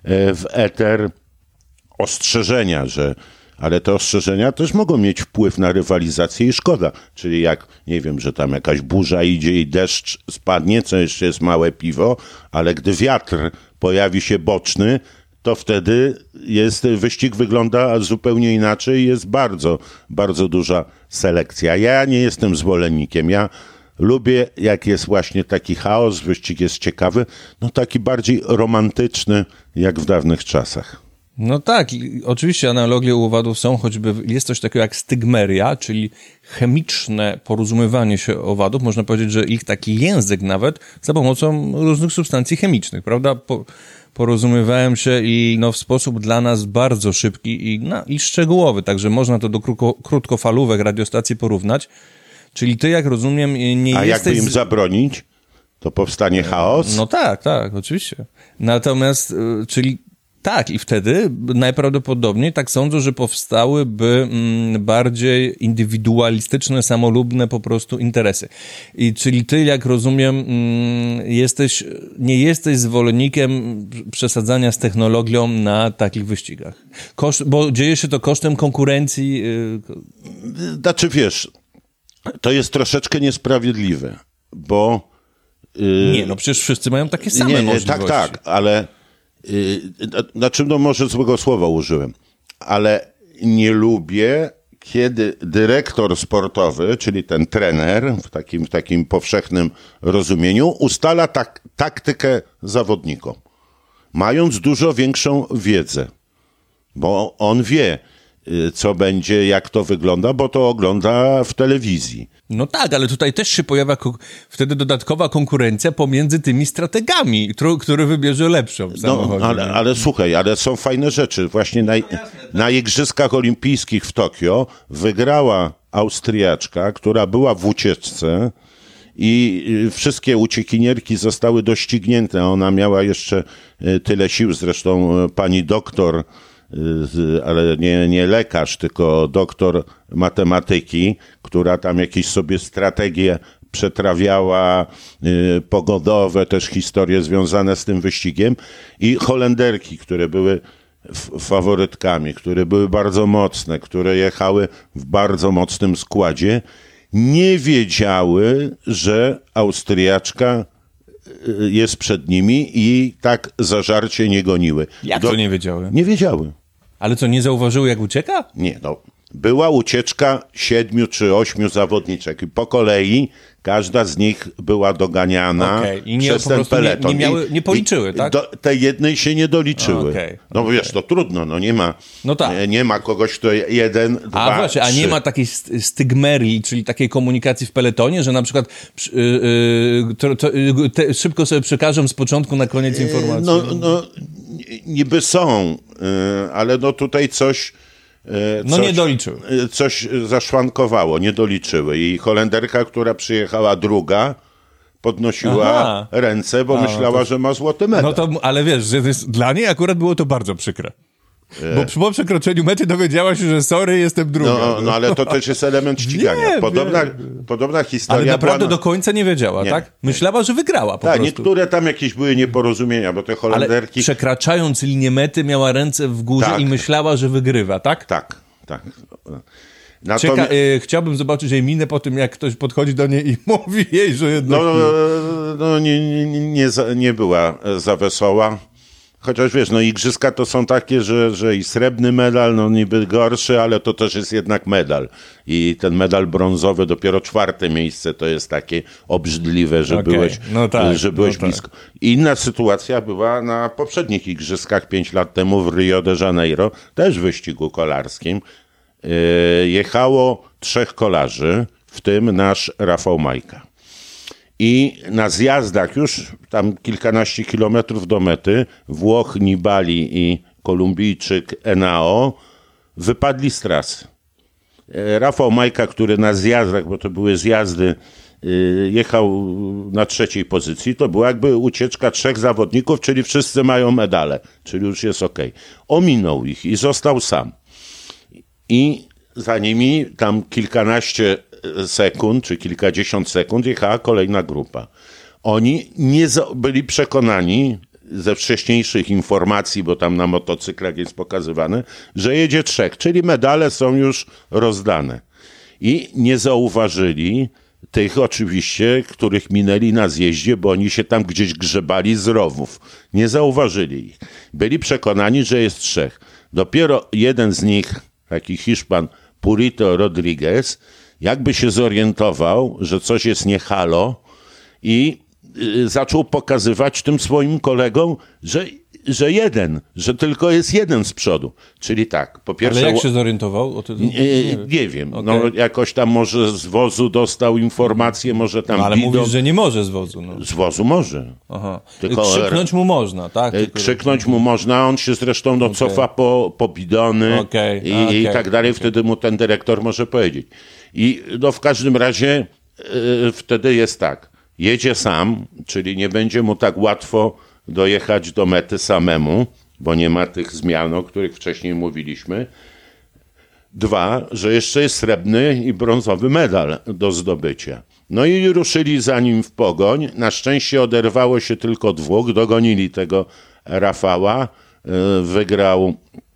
w eter ostrzeżenia, że ale te ostrzeżenia też mogą mieć wpływ na rywalizację i szkoda. Czyli jak, nie wiem, że tam jakaś burza idzie i deszcz spadnie, co jeszcze jest małe piwo, ale gdy wiatr pojawi się boczny, to wtedy jest, wyścig wygląda zupełnie inaczej i jest bardzo, bardzo duża selekcja. Ja nie jestem zwolennikiem. Ja lubię, jak jest właśnie taki chaos, wyścig jest ciekawy, no taki bardziej romantyczny, jak w dawnych czasach. No tak, i oczywiście analogie u owadów są, choćby jest coś takiego jak stygmeria, czyli chemiczne porozumiewanie się owadów. Można powiedzieć, że ich taki język nawet za pomocą różnych substancji chemicznych, prawda? Po, porozumiewałem się i no, w sposób dla nas bardzo szybki i, no, i szczegółowy, także można to do krótko, krótkofalówek radiostacji porównać. Czyli ty, jak rozumiem, nie A jesteś... A jakby im zabronić, to powstanie chaos? No tak, tak, oczywiście. Natomiast, czyli tak, i wtedy najprawdopodobniej tak sądzę, że powstałyby mm, bardziej indywidualistyczne, samolubne po prostu interesy. I czyli ty, jak rozumiem, mm, jesteś, nie jesteś zwolennikiem przesadzania z technologią na takich wyścigach. Koszt, bo dzieje się to kosztem konkurencji. Yy... Znaczy wiesz, to jest troszeczkę niesprawiedliwe, bo... Yy... Nie, no przecież wszyscy mają takie same nie, nie, możliwości. Tak, tak, ale... Na czym no może złego słowa użyłem, ale nie lubię, kiedy dyrektor sportowy, czyli ten trener w takim, w takim powszechnym rozumieniu, ustala tak, taktykę zawodnikom, mając dużo większą wiedzę, bo on wie, co będzie, jak to wygląda, bo to ogląda w telewizji. No tak, ale tutaj też się pojawia ko- wtedy dodatkowa konkurencja pomiędzy tymi strategami, tr- który wybierze lepszą w samochodzie. No, ale, ale słuchaj, ale są fajne rzeczy. Właśnie na, na Igrzyskach Olimpijskich w Tokio wygrała Austriaczka, która była w ucieczce i wszystkie uciekinierki zostały doścignięte. Ona miała jeszcze tyle sił, zresztą pani doktor, ale nie, nie lekarz, tylko doktor matematyki, która tam jakieś sobie strategie przetrawiała, y, pogodowe, też historie związane z tym wyścigiem i Holenderki, które były f- faworytkami, które były bardzo mocne, które jechały w bardzo mocnym składzie, nie wiedziały, że Austriaczka jest przed nimi i tak zażarcie nie goniły. Jak to nie wiedziały? Nie wiedziały. Ale co, nie zauważyły, jak ucieka? Nie, no. Była ucieczka siedmiu czy ośmiu zawodniczek i po kolei każda z nich była doganiana okay. I nie, przez po ten prostu peleton. Nie, nie, miały, nie policzyły, I, tak? Do, tej jednej się nie doliczyły. Okay. No okay. wiesz, to trudno, no nie ma, no tak. nie, nie ma kogoś, kto jeden, a dwa, właśnie, a trzy. nie ma takiej stygmerii, czyli takiej komunikacji w peletonie, że na przykład yy, yy, to, to, yy, te, szybko sobie przekażę z początku na koniec informacji. No, no niby są, yy, ale no tutaj coś... No coś, nie doliczyły. Coś zaszwankowało, nie doliczyły. I Holenderka, która przyjechała druga, podnosiła Aha. ręce, bo A, myślała, no to, że ma złoty medal. No to, ale wiesz, że to jest, dla niej akurat było to bardzo przykre. Bo przy, po przekroczeniu mety dowiedziała się, że sorry, jestem druga. No, no ale to też jest element ścigania. Nie, podobna, nie. podobna historia. Ale naprawdę była na... do końca nie wiedziała, nie, tak? Myślała, nie. że wygrała po tak, prostu. niektóre tam jakieś były nieporozumienia, bo te Holenderki... Ale przekraczając linię mety miała ręce w górze tak. i myślała, że wygrywa, tak? Tak, tak. Natomiast... Cieka- y, chciałbym zobaczyć jej minę po tym, jak ktoś podchodzi do niej i mówi jej, że jednak... No, no, no nie, nie, nie, nie była za wesoła. Chociaż wiesz, no igrzyska to są takie, że, że i srebrny medal, no niby gorszy, ale to też jest jednak medal. I ten medal brązowy, dopiero czwarte miejsce, to jest takie obrzydliwe, że okay. byłeś, no tak, że byłeś no blisko. Tak. Inna sytuacja była na poprzednich igrzyskach pięć lat temu w Rio de Janeiro, też w wyścigu kolarskim. Yy, jechało trzech kolarzy, w tym nasz Rafał Majka. I na zjazdach już tam kilkanaście kilometrów do mety Włoch Nibali i Kolumbijczyk Henao wypadli z trasy. Rafał Majka, który na zjazdach, bo to były zjazdy, jechał na trzeciej pozycji, to była jakby ucieczka trzech zawodników, czyli wszyscy mają medale, czyli już jest okej. Ominął ich i został sam. I za nimi tam kilkanaście sekund, czy kilkadziesiąt sekund jechała kolejna grupa. Oni nie byli przekonani ze wcześniejszych informacji, bo tam na motocyklach jest pokazywane, że jedzie trzech, czyli medale są już rozdane. I nie zauważyli tych oczywiście, których minęli na zjeździe, bo oni się tam gdzieś grzebali z rowów. Nie zauważyli ich. Byli przekonani, że jest trzech. Dopiero jeden z nich, taki Hiszpan, Purito Rodriguez, jakby się zorientował, że coś jest nie halo i y, zaczął pokazywać tym swoim kolegom, że, że jeden, że tylko jest jeden z przodu. Czyli tak, po pierwsze... Ale jak się zorientował? O tym? Nie, nie, nie wiem, okay. No jakoś tam może z wozu dostał informację, może tam... No, ale bidon... mówisz, że nie może z wozu. No. Z wozu może. Aha. Tylko... Krzyknąć mu można, tak? Tylko... Krzyknąć mu można, on się zresztą no, okay. cofa po, po bidony okay. i, okay. i tak dalej, okay. wtedy mu ten dyrektor może powiedzieć. I no w każdym razie yy, wtedy jest tak, jedzie sam, czyli nie będzie mu tak łatwo dojechać do mety samemu, bo nie ma tych zmian, o których wcześniej mówiliśmy. Dwa, że jeszcze jest srebrny i brązowy medal do zdobycia. No i ruszyli za nim w pogoń. Na szczęście oderwało się tylko dwóch, dogonili tego Rafała, yy, wygrał...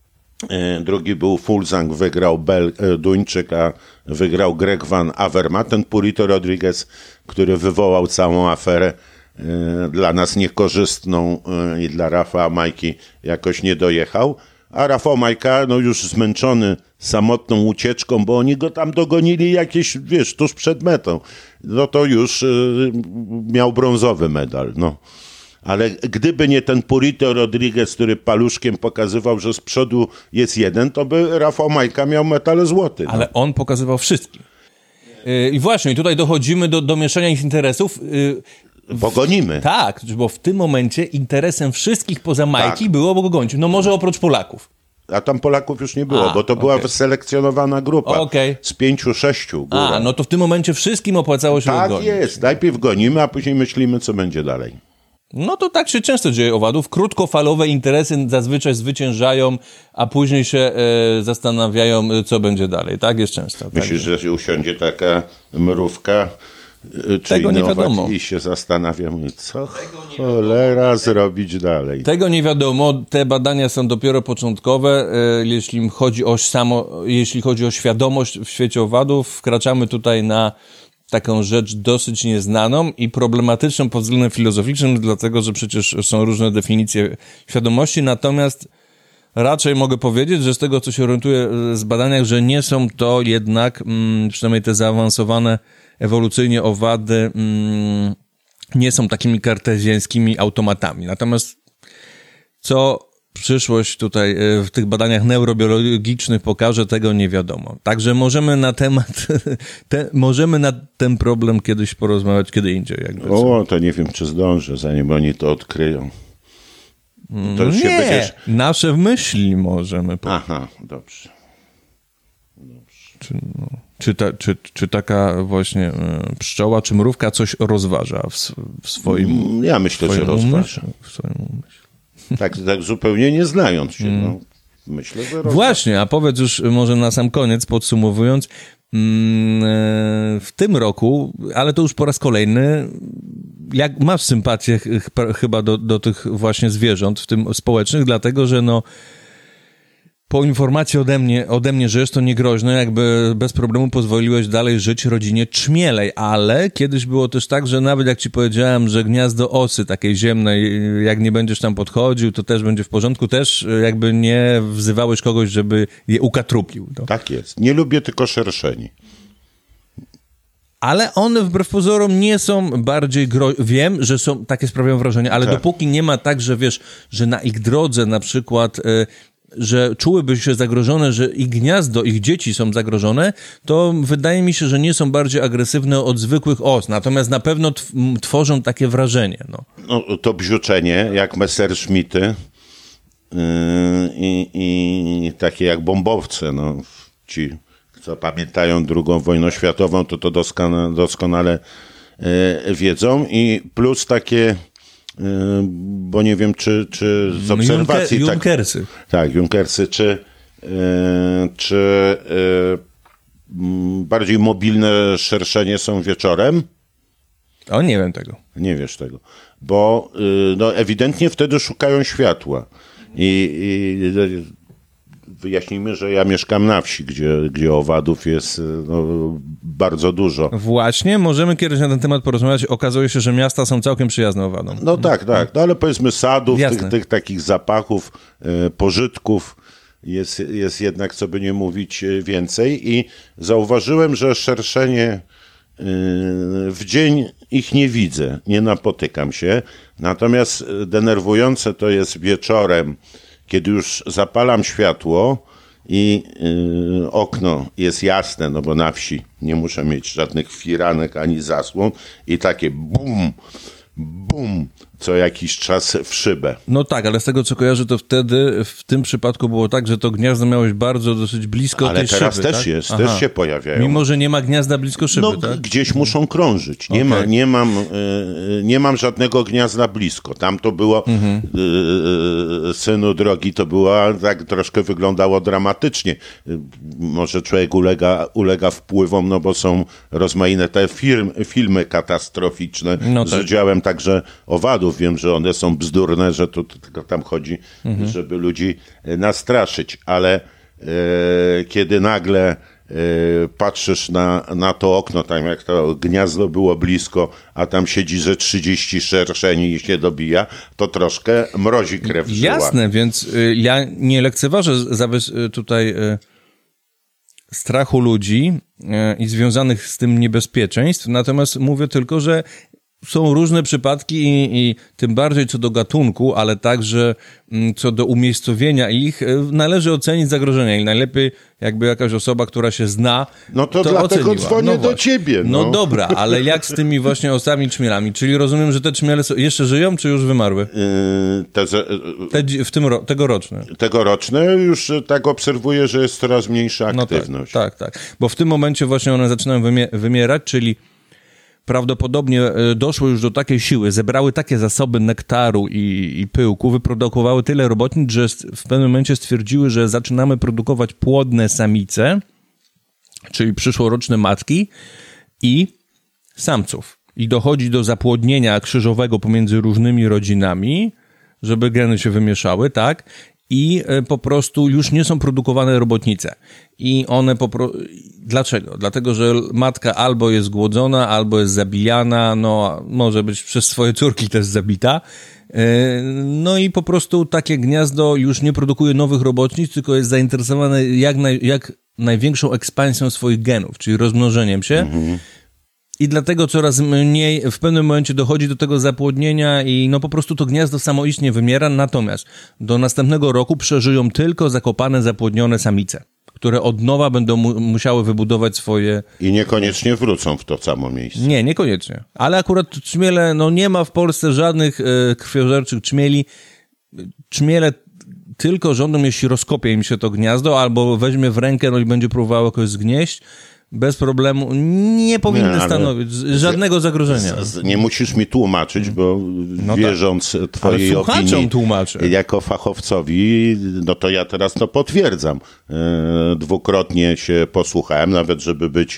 Drugi był Fulzang, wygrał Bel, Duńczyk, a wygrał Greg van Avermaet. Ten Purito Rodriguez, który wywołał całą aferę dla nas niekorzystną i dla Rafała Majki jakoś nie dojechał. A Rafał Majka, no już zmęczony samotną ucieczką, bo oni go tam dogonili jakieś, wiesz, tuż przed metą, no to już miał brązowy medal, no. Ale gdyby nie ten Purito Rodriguez, który paluszkiem pokazywał, że z przodu jest jeden, to by Rafał Majka miał medal złoty. No. Ale on pokazywał wszystkim. Yy, I właśnie, i tutaj dochodzimy do, do mieszania ich interesów. Yy, bo gonimy. Tak, bo w tym momencie interesem wszystkich poza Majki tak. było, bo go gonić. No może oprócz Polaków. A tam Polaków już nie było, A, bo to była okay. wyselekcjonowana grupa okay. z pięciu, sześciu. Góra. A, no to w tym momencie wszystkim opłacało się tak gonić. Tak jest, najpierw gonimy, a później myślimy, co będzie dalej. No to tak się często dzieje owadów. Krótkofalowe interesy zazwyczaj zwyciężają, a później się e, zastanawiają, co będzie dalej. Tak jest często. Myślisz, tak? Że usiądzie taka mrówka, czy tego nie wiadomo. I się zastanawiam, co cholera zrobić dalej. Tego nie wiadomo. Te badania są dopiero początkowe. E, jeśli chodzi o samo, jeśli chodzi o świadomość w świecie owadów, wkraczamy tutaj na taką rzecz dosyć nieznaną i problematyczną pod względem filozoficznym, dlatego że przecież są różne definicje świadomości, natomiast raczej mogę powiedzieć, że z tego, co się orientuję z badaniach, że nie są to jednak, mm, przynajmniej te zaawansowane ewolucyjnie owady, mm, nie są takimi kartezjańskimi automatami. Natomiast co przyszłość tutaj w tych badaniach neurobiologicznych pokaże, tego nie wiadomo. Także możemy na temat, te, możemy na ten problem kiedyś porozmawiać, kiedy indziej. Jakby o, to nie wiem, czy zdążę, zanim oni to odkryją. To już nie, się będziesz... nasze myśli możemy powiedzieć. Aha, dobrze. dobrze. Czy, no, czy, ta, czy, czy taka właśnie y, pszczoła, czy mrówka coś rozważa w, w swoim Ja myślę, swoim że rozważa. Umyśle, w swoim umyśle. Tak, tak zupełnie nie znając się. No. Myślę, że rozważa. Właśnie, a powiedz już może na sam koniec, podsumowując, w tym roku, ale to już po raz kolejny, jak masz sympatię ch- chyba do, do tych właśnie zwierząt, w tym społecznych, dlatego, że no po informacji ode mnie, ode mnie, że jest to niegroźne, jakby bez problemu pozwoliłeś dalej żyć rodzinie trzmielej, ale kiedyś było też tak, że nawet jak ci powiedziałem, że gniazdo osy takiej ziemnej, jak nie będziesz tam podchodził, to też będzie w porządku, też jakby nie wzywałeś kogoś, żeby je ukatrupił. No. Tak jest. Nie lubię tylko szerszeni. Ale one wbrew pozorom nie są bardziej groźne. Wiem, że są, takie sprawiają wrażenie, ale tak. dopóki nie ma tak, że wiesz, że na ich drodze na przykład, y, że czułyby się zagrożone, że ich gniazdo, ich dzieci są zagrożone, to wydaje mi się, że nie są bardziej agresywne od zwykłych os. Natomiast na pewno tw- tworzą takie wrażenie. No. No, to bziuczenie, jak Messerschmitty yy, i, i takie jak bombowce, no, ci... co pamiętają drugą wojnę światową, to to doskonale, doskonale e, wiedzą. I plus takie, e, bo nie wiem, czy, czy z obserwacji... Junker, Junkersy. Tak, tak, Junkersy, czy, e, czy e, m, bardziej mobilne szerszenie są wieczorem? O, nie wiem tego. Nie wiesz tego. Bo e, no, ewidentnie wtedy szukają światła. I... i Wyjaśnijmy, że ja mieszkam na wsi, gdzie, gdzie owadów jest no, bardzo dużo. Właśnie, możemy kiedyś na ten temat porozmawiać. Okazuje się, że miasta są całkiem przyjazne owadom. No tak, tak. No, ale powiedzmy sadów, tych, tych takich zapachów, e, pożytków jest, jest jednak, co by nie mówić, więcej. I zauważyłem, że szerszenie e, w dzień ich nie widzę, nie napotykam się. Natomiast denerwujące to jest wieczorem, kiedy już zapalam światło i yy, okno jest jasne, no bo na wsi nie muszę mieć żadnych firanek ani zasłon i takie bum, bum, co jakiś czas w szybę. No tak, ale z tego co kojarzę, to wtedy w tym przypadku było tak, że to gniazdo miałeś bardzo dosyć blisko ale tej szyby. Ale teraz też tak? jest, Aha. też się pojawiają. Mimo, że nie ma gniazda blisko szyby, no, tak? gdzieś muszą krążyć. Nie, okay. ma, nie, mam, yy, nie mam żadnego gniazda blisko. Tam to było, mhm. yy, synu drogi, to było, tak troszkę wyglądało dramatycznie. Yy, może człowiek ulega, ulega wpływom, no bo są rozmaite te film, filmy katastroficzne no tak. z udziałem także owadów. Wiem, że one są bzdurne, że to, to tylko tam chodzi, mhm. żeby ludzi nastraszyć, ale e, kiedy nagle e, patrzysz na, na to okno, tam jak to gniazdo było blisko, a tam siedzi ze trzydzieści szerszeni i się dobija, to troszkę mrozi krew w żyłach. Jasne, więc y, ja nie lekceważę zabez- tutaj y, strachu ludzi y, i związanych z tym niebezpieczeństw, natomiast mówię tylko, że są różne przypadki i, i tym bardziej co do gatunku, ale także m, co do umiejscowienia ich, y, należy ocenić zagrożenia i najlepiej jakby jakaś osoba, która się zna, no to, to dlatego oceniła. dzwonię no do ciebie. No. no dobra, ale jak z tymi właśnie osami trzmielami? Czyli rozumiem, że te trzmiele są, jeszcze żyją, czy już wymarły? Yy, te, te, w tym ro, tegoroczne. Tegoroczne już tak obserwuję, że jest coraz mniejsza aktywność. No tak, tak, tak. Bo w tym momencie właśnie one zaczynają wymie- wymierać, czyli prawdopodobnie doszły już do takiej siły, zebrały takie zasoby nektaru i, i pyłku, wyprodukowały tyle robotnic, że w pewnym momencie stwierdziły, że zaczynamy produkować płodne samice, czyli przyszłoroczne matki i samców. I dochodzi do zapłodnienia krzyżowego pomiędzy różnymi rodzinami, żeby geny się wymieszały, tak? I po prostu już nie są produkowane robotnice. I one po prostu... Dlaczego? Dlatego, że matka albo jest głodzona, albo jest zabijana, no może być przez swoje córki też zabita. No i po prostu takie gniazdo już nie produkuje nowych robotnic, tylko jest zainteresowane jak, naj, jak największą ekspansją swoich genów, czyli rozmnożeniem się. Mhm. I dlatego coraz mniej w pewnym momencie dochodzi do tego zapłodnienia i no po prostu to gniazdo samoistnie wymiera, natomiast do następnego roku przeżyją tylko zakopane, zapłodnione samice, które od nowa będą mu- musiały wybudować swoje... I niekoniecznie wrócą w to samo miejsce. Nie, niekoniecznie. Ale akurat trzmiele, no nie ma w Polsce żadnych e, krwiożerczych trzmieli. Trzmiele tylko żądą, jeśli rozkopie im się to gniazdo, albo weźmie w rękę, no i będzie próbowało jakoś zgnieść. Bez problemu nie powinny nie, stanowić żadnego zagrożenia. Z, nie musisz mi tłumaczyć, bo no wierząc tak. twojej opinii tłumaczę. jako fachowcowi, no to ja teraz to potwierdzam. E, dwukrotnie się posłuchałem, nawet żeby być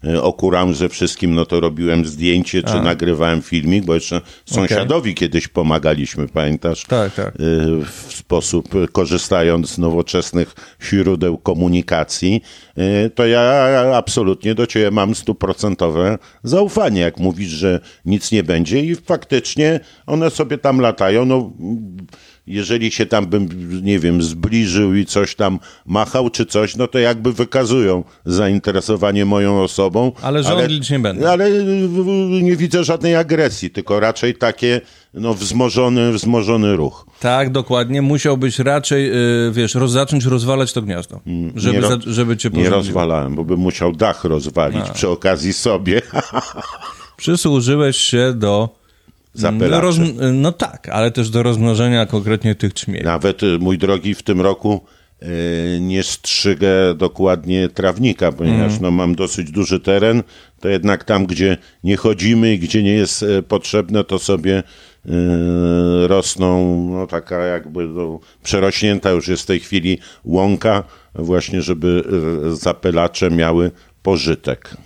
okurążę wszystkim, no to robiłem zdjęcie, czy A. nagrywałem filmik, bo jeszcze sąsiadowi okay. kiedyś pomagaliśmy, pamiętasz? Tak, tak. W sposób, korzystając z nowoczesnych źródeł komunikacji, to ja absolutnie do ciebie mam stuprocentowe zaufanie, jak mówisz, że nic nie będzie i faktycznie one sobie tam latają, no jeżeli się tam bym, nie wiem, zbliżył i coś tam machał czy coś, no to jakby wykazują zainteresowanie moją osobą. Ale żądlić nie będę. Ale nie widzę żadnej agresji, tylko raczej takie, no, wzmożony, wzmożony ruch. Tak, dokładnie. Musiałbyś raczej, yy, wiesz, roz, zacząć rozwalać to gniazdo, żeby, ro, za, żeby cię porządliło. Nie rozwalałem, bo bym musiał dach rozwalić A. przy okazji sobie. Przysłużyłeś się do... Roz, no tak, ale też do rozmnożenia konkretnie tych ćmieli. Nawet, mój drogi, w tym roku y, nie strzygę dokładnie trawnika, ponieważ mm. no, mam dosyć duży teren, to jednak tam, gdzie nie chodzimy i gdzie nie jest y, potrzebne, to sobie y, rosną, no taka jakby no, przerośnięta już jest w tej chwili łąka, właśnie żeby y, zapylacze miały pożytek.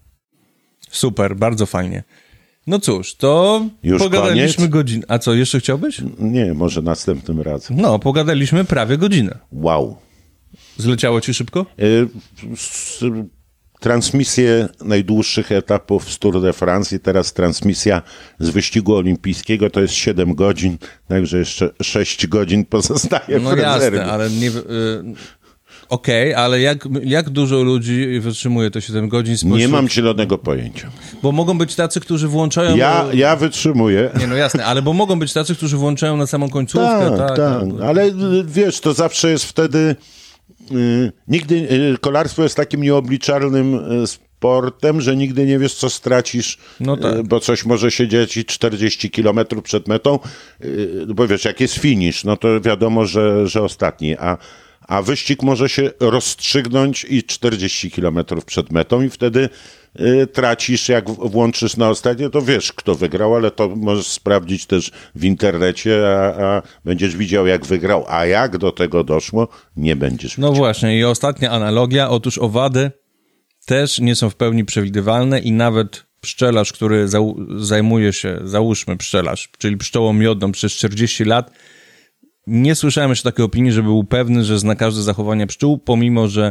Super, bardzo fajnie. No cóż, to już pogadaliśmy godzinę. A co, jeszcze chciałbyś? Nie, może następnym razem. No, pogadaliśmy prawie godzinę. Wow. Zleciało ci szybko? Y, s, transmisje najdłuższych etapów z Tour de France i teraz transmisja z wyścigu olimpijskiego to jest siedem godzin, także jeszcze sześć godzin pozostaje no w rezerwie. Jasne, ale nie... Y- Okej, okay, ale jak, jak dużo ludzi wytrzymuje te siedem godzin? Spośród... Nie mam zielonego pojęcia. Bo mogą być tacy, którzy włączają... Ja, ja wytrzymuję. Nie, no jasne, ale bo mogą być tacy, którzy włączają na samą końcówkę. Tak, tak, tak, tak. Ale wiesz, to zawsze jest wtedy... Yy, nigdy yy, kolarstwo jest takim nieobliczalnym yy, sportem, że nigdy nie wiesz, co stracisz, no tak. yy, bo coś może się dziać i czterdzieści kilometrów przed metą, yy, bo wiesz, jak jest finisz, no to wiadomo, że, że ostatni, a A wyścig może się rozstrzygnąć i czterdzieści kilometrów przed metą i wtedy y, tracisz, jak w, włączysz na ostatnie, to wiesz, kto wygrał, ale to możesz sprawdzić też w internecie, a, a będziesz widział, jak wygrał, a jak do tego doszło, nie będziesz No widział. właśnie i ostatnia analogia, otóż owady też nie są w pełni przewidywalne i nawet pszczelarz, który za, zajmuje się, załóżmy pszczelarz, czyli pszczołą miodną przez czterdzieści lat, nie słyszałem jeszcze takiej opinii, żeby był pewny, że zna każde zachowanie pszczół, pomimo że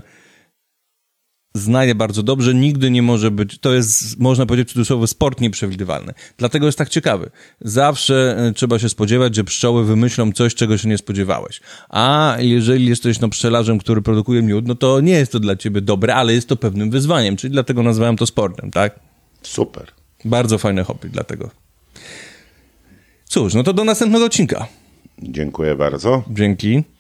zna je bardzo dobrze, nigdy nie może być, to jest, można powiedzieć w cudzysłowie, sport nieprzewidywalny. Dlatego jest tak ciekawy. Zawsze trzeba się spodziewać, że pszczoły wymyślą coś, czego się nie spodziewałeś. A jeżeli jesteś no, pszczelarzem, który produkuje miód, no to nie jest to dla ciebie dobre, ale jest to pewnym wyzwaniem, czyli dlatego nazwałem to sportem, tak? Super. Bardzo fajne hobby, dlatego. Cóż, no to do następnego odcinka. Dziękuję bardzo. Dzięki.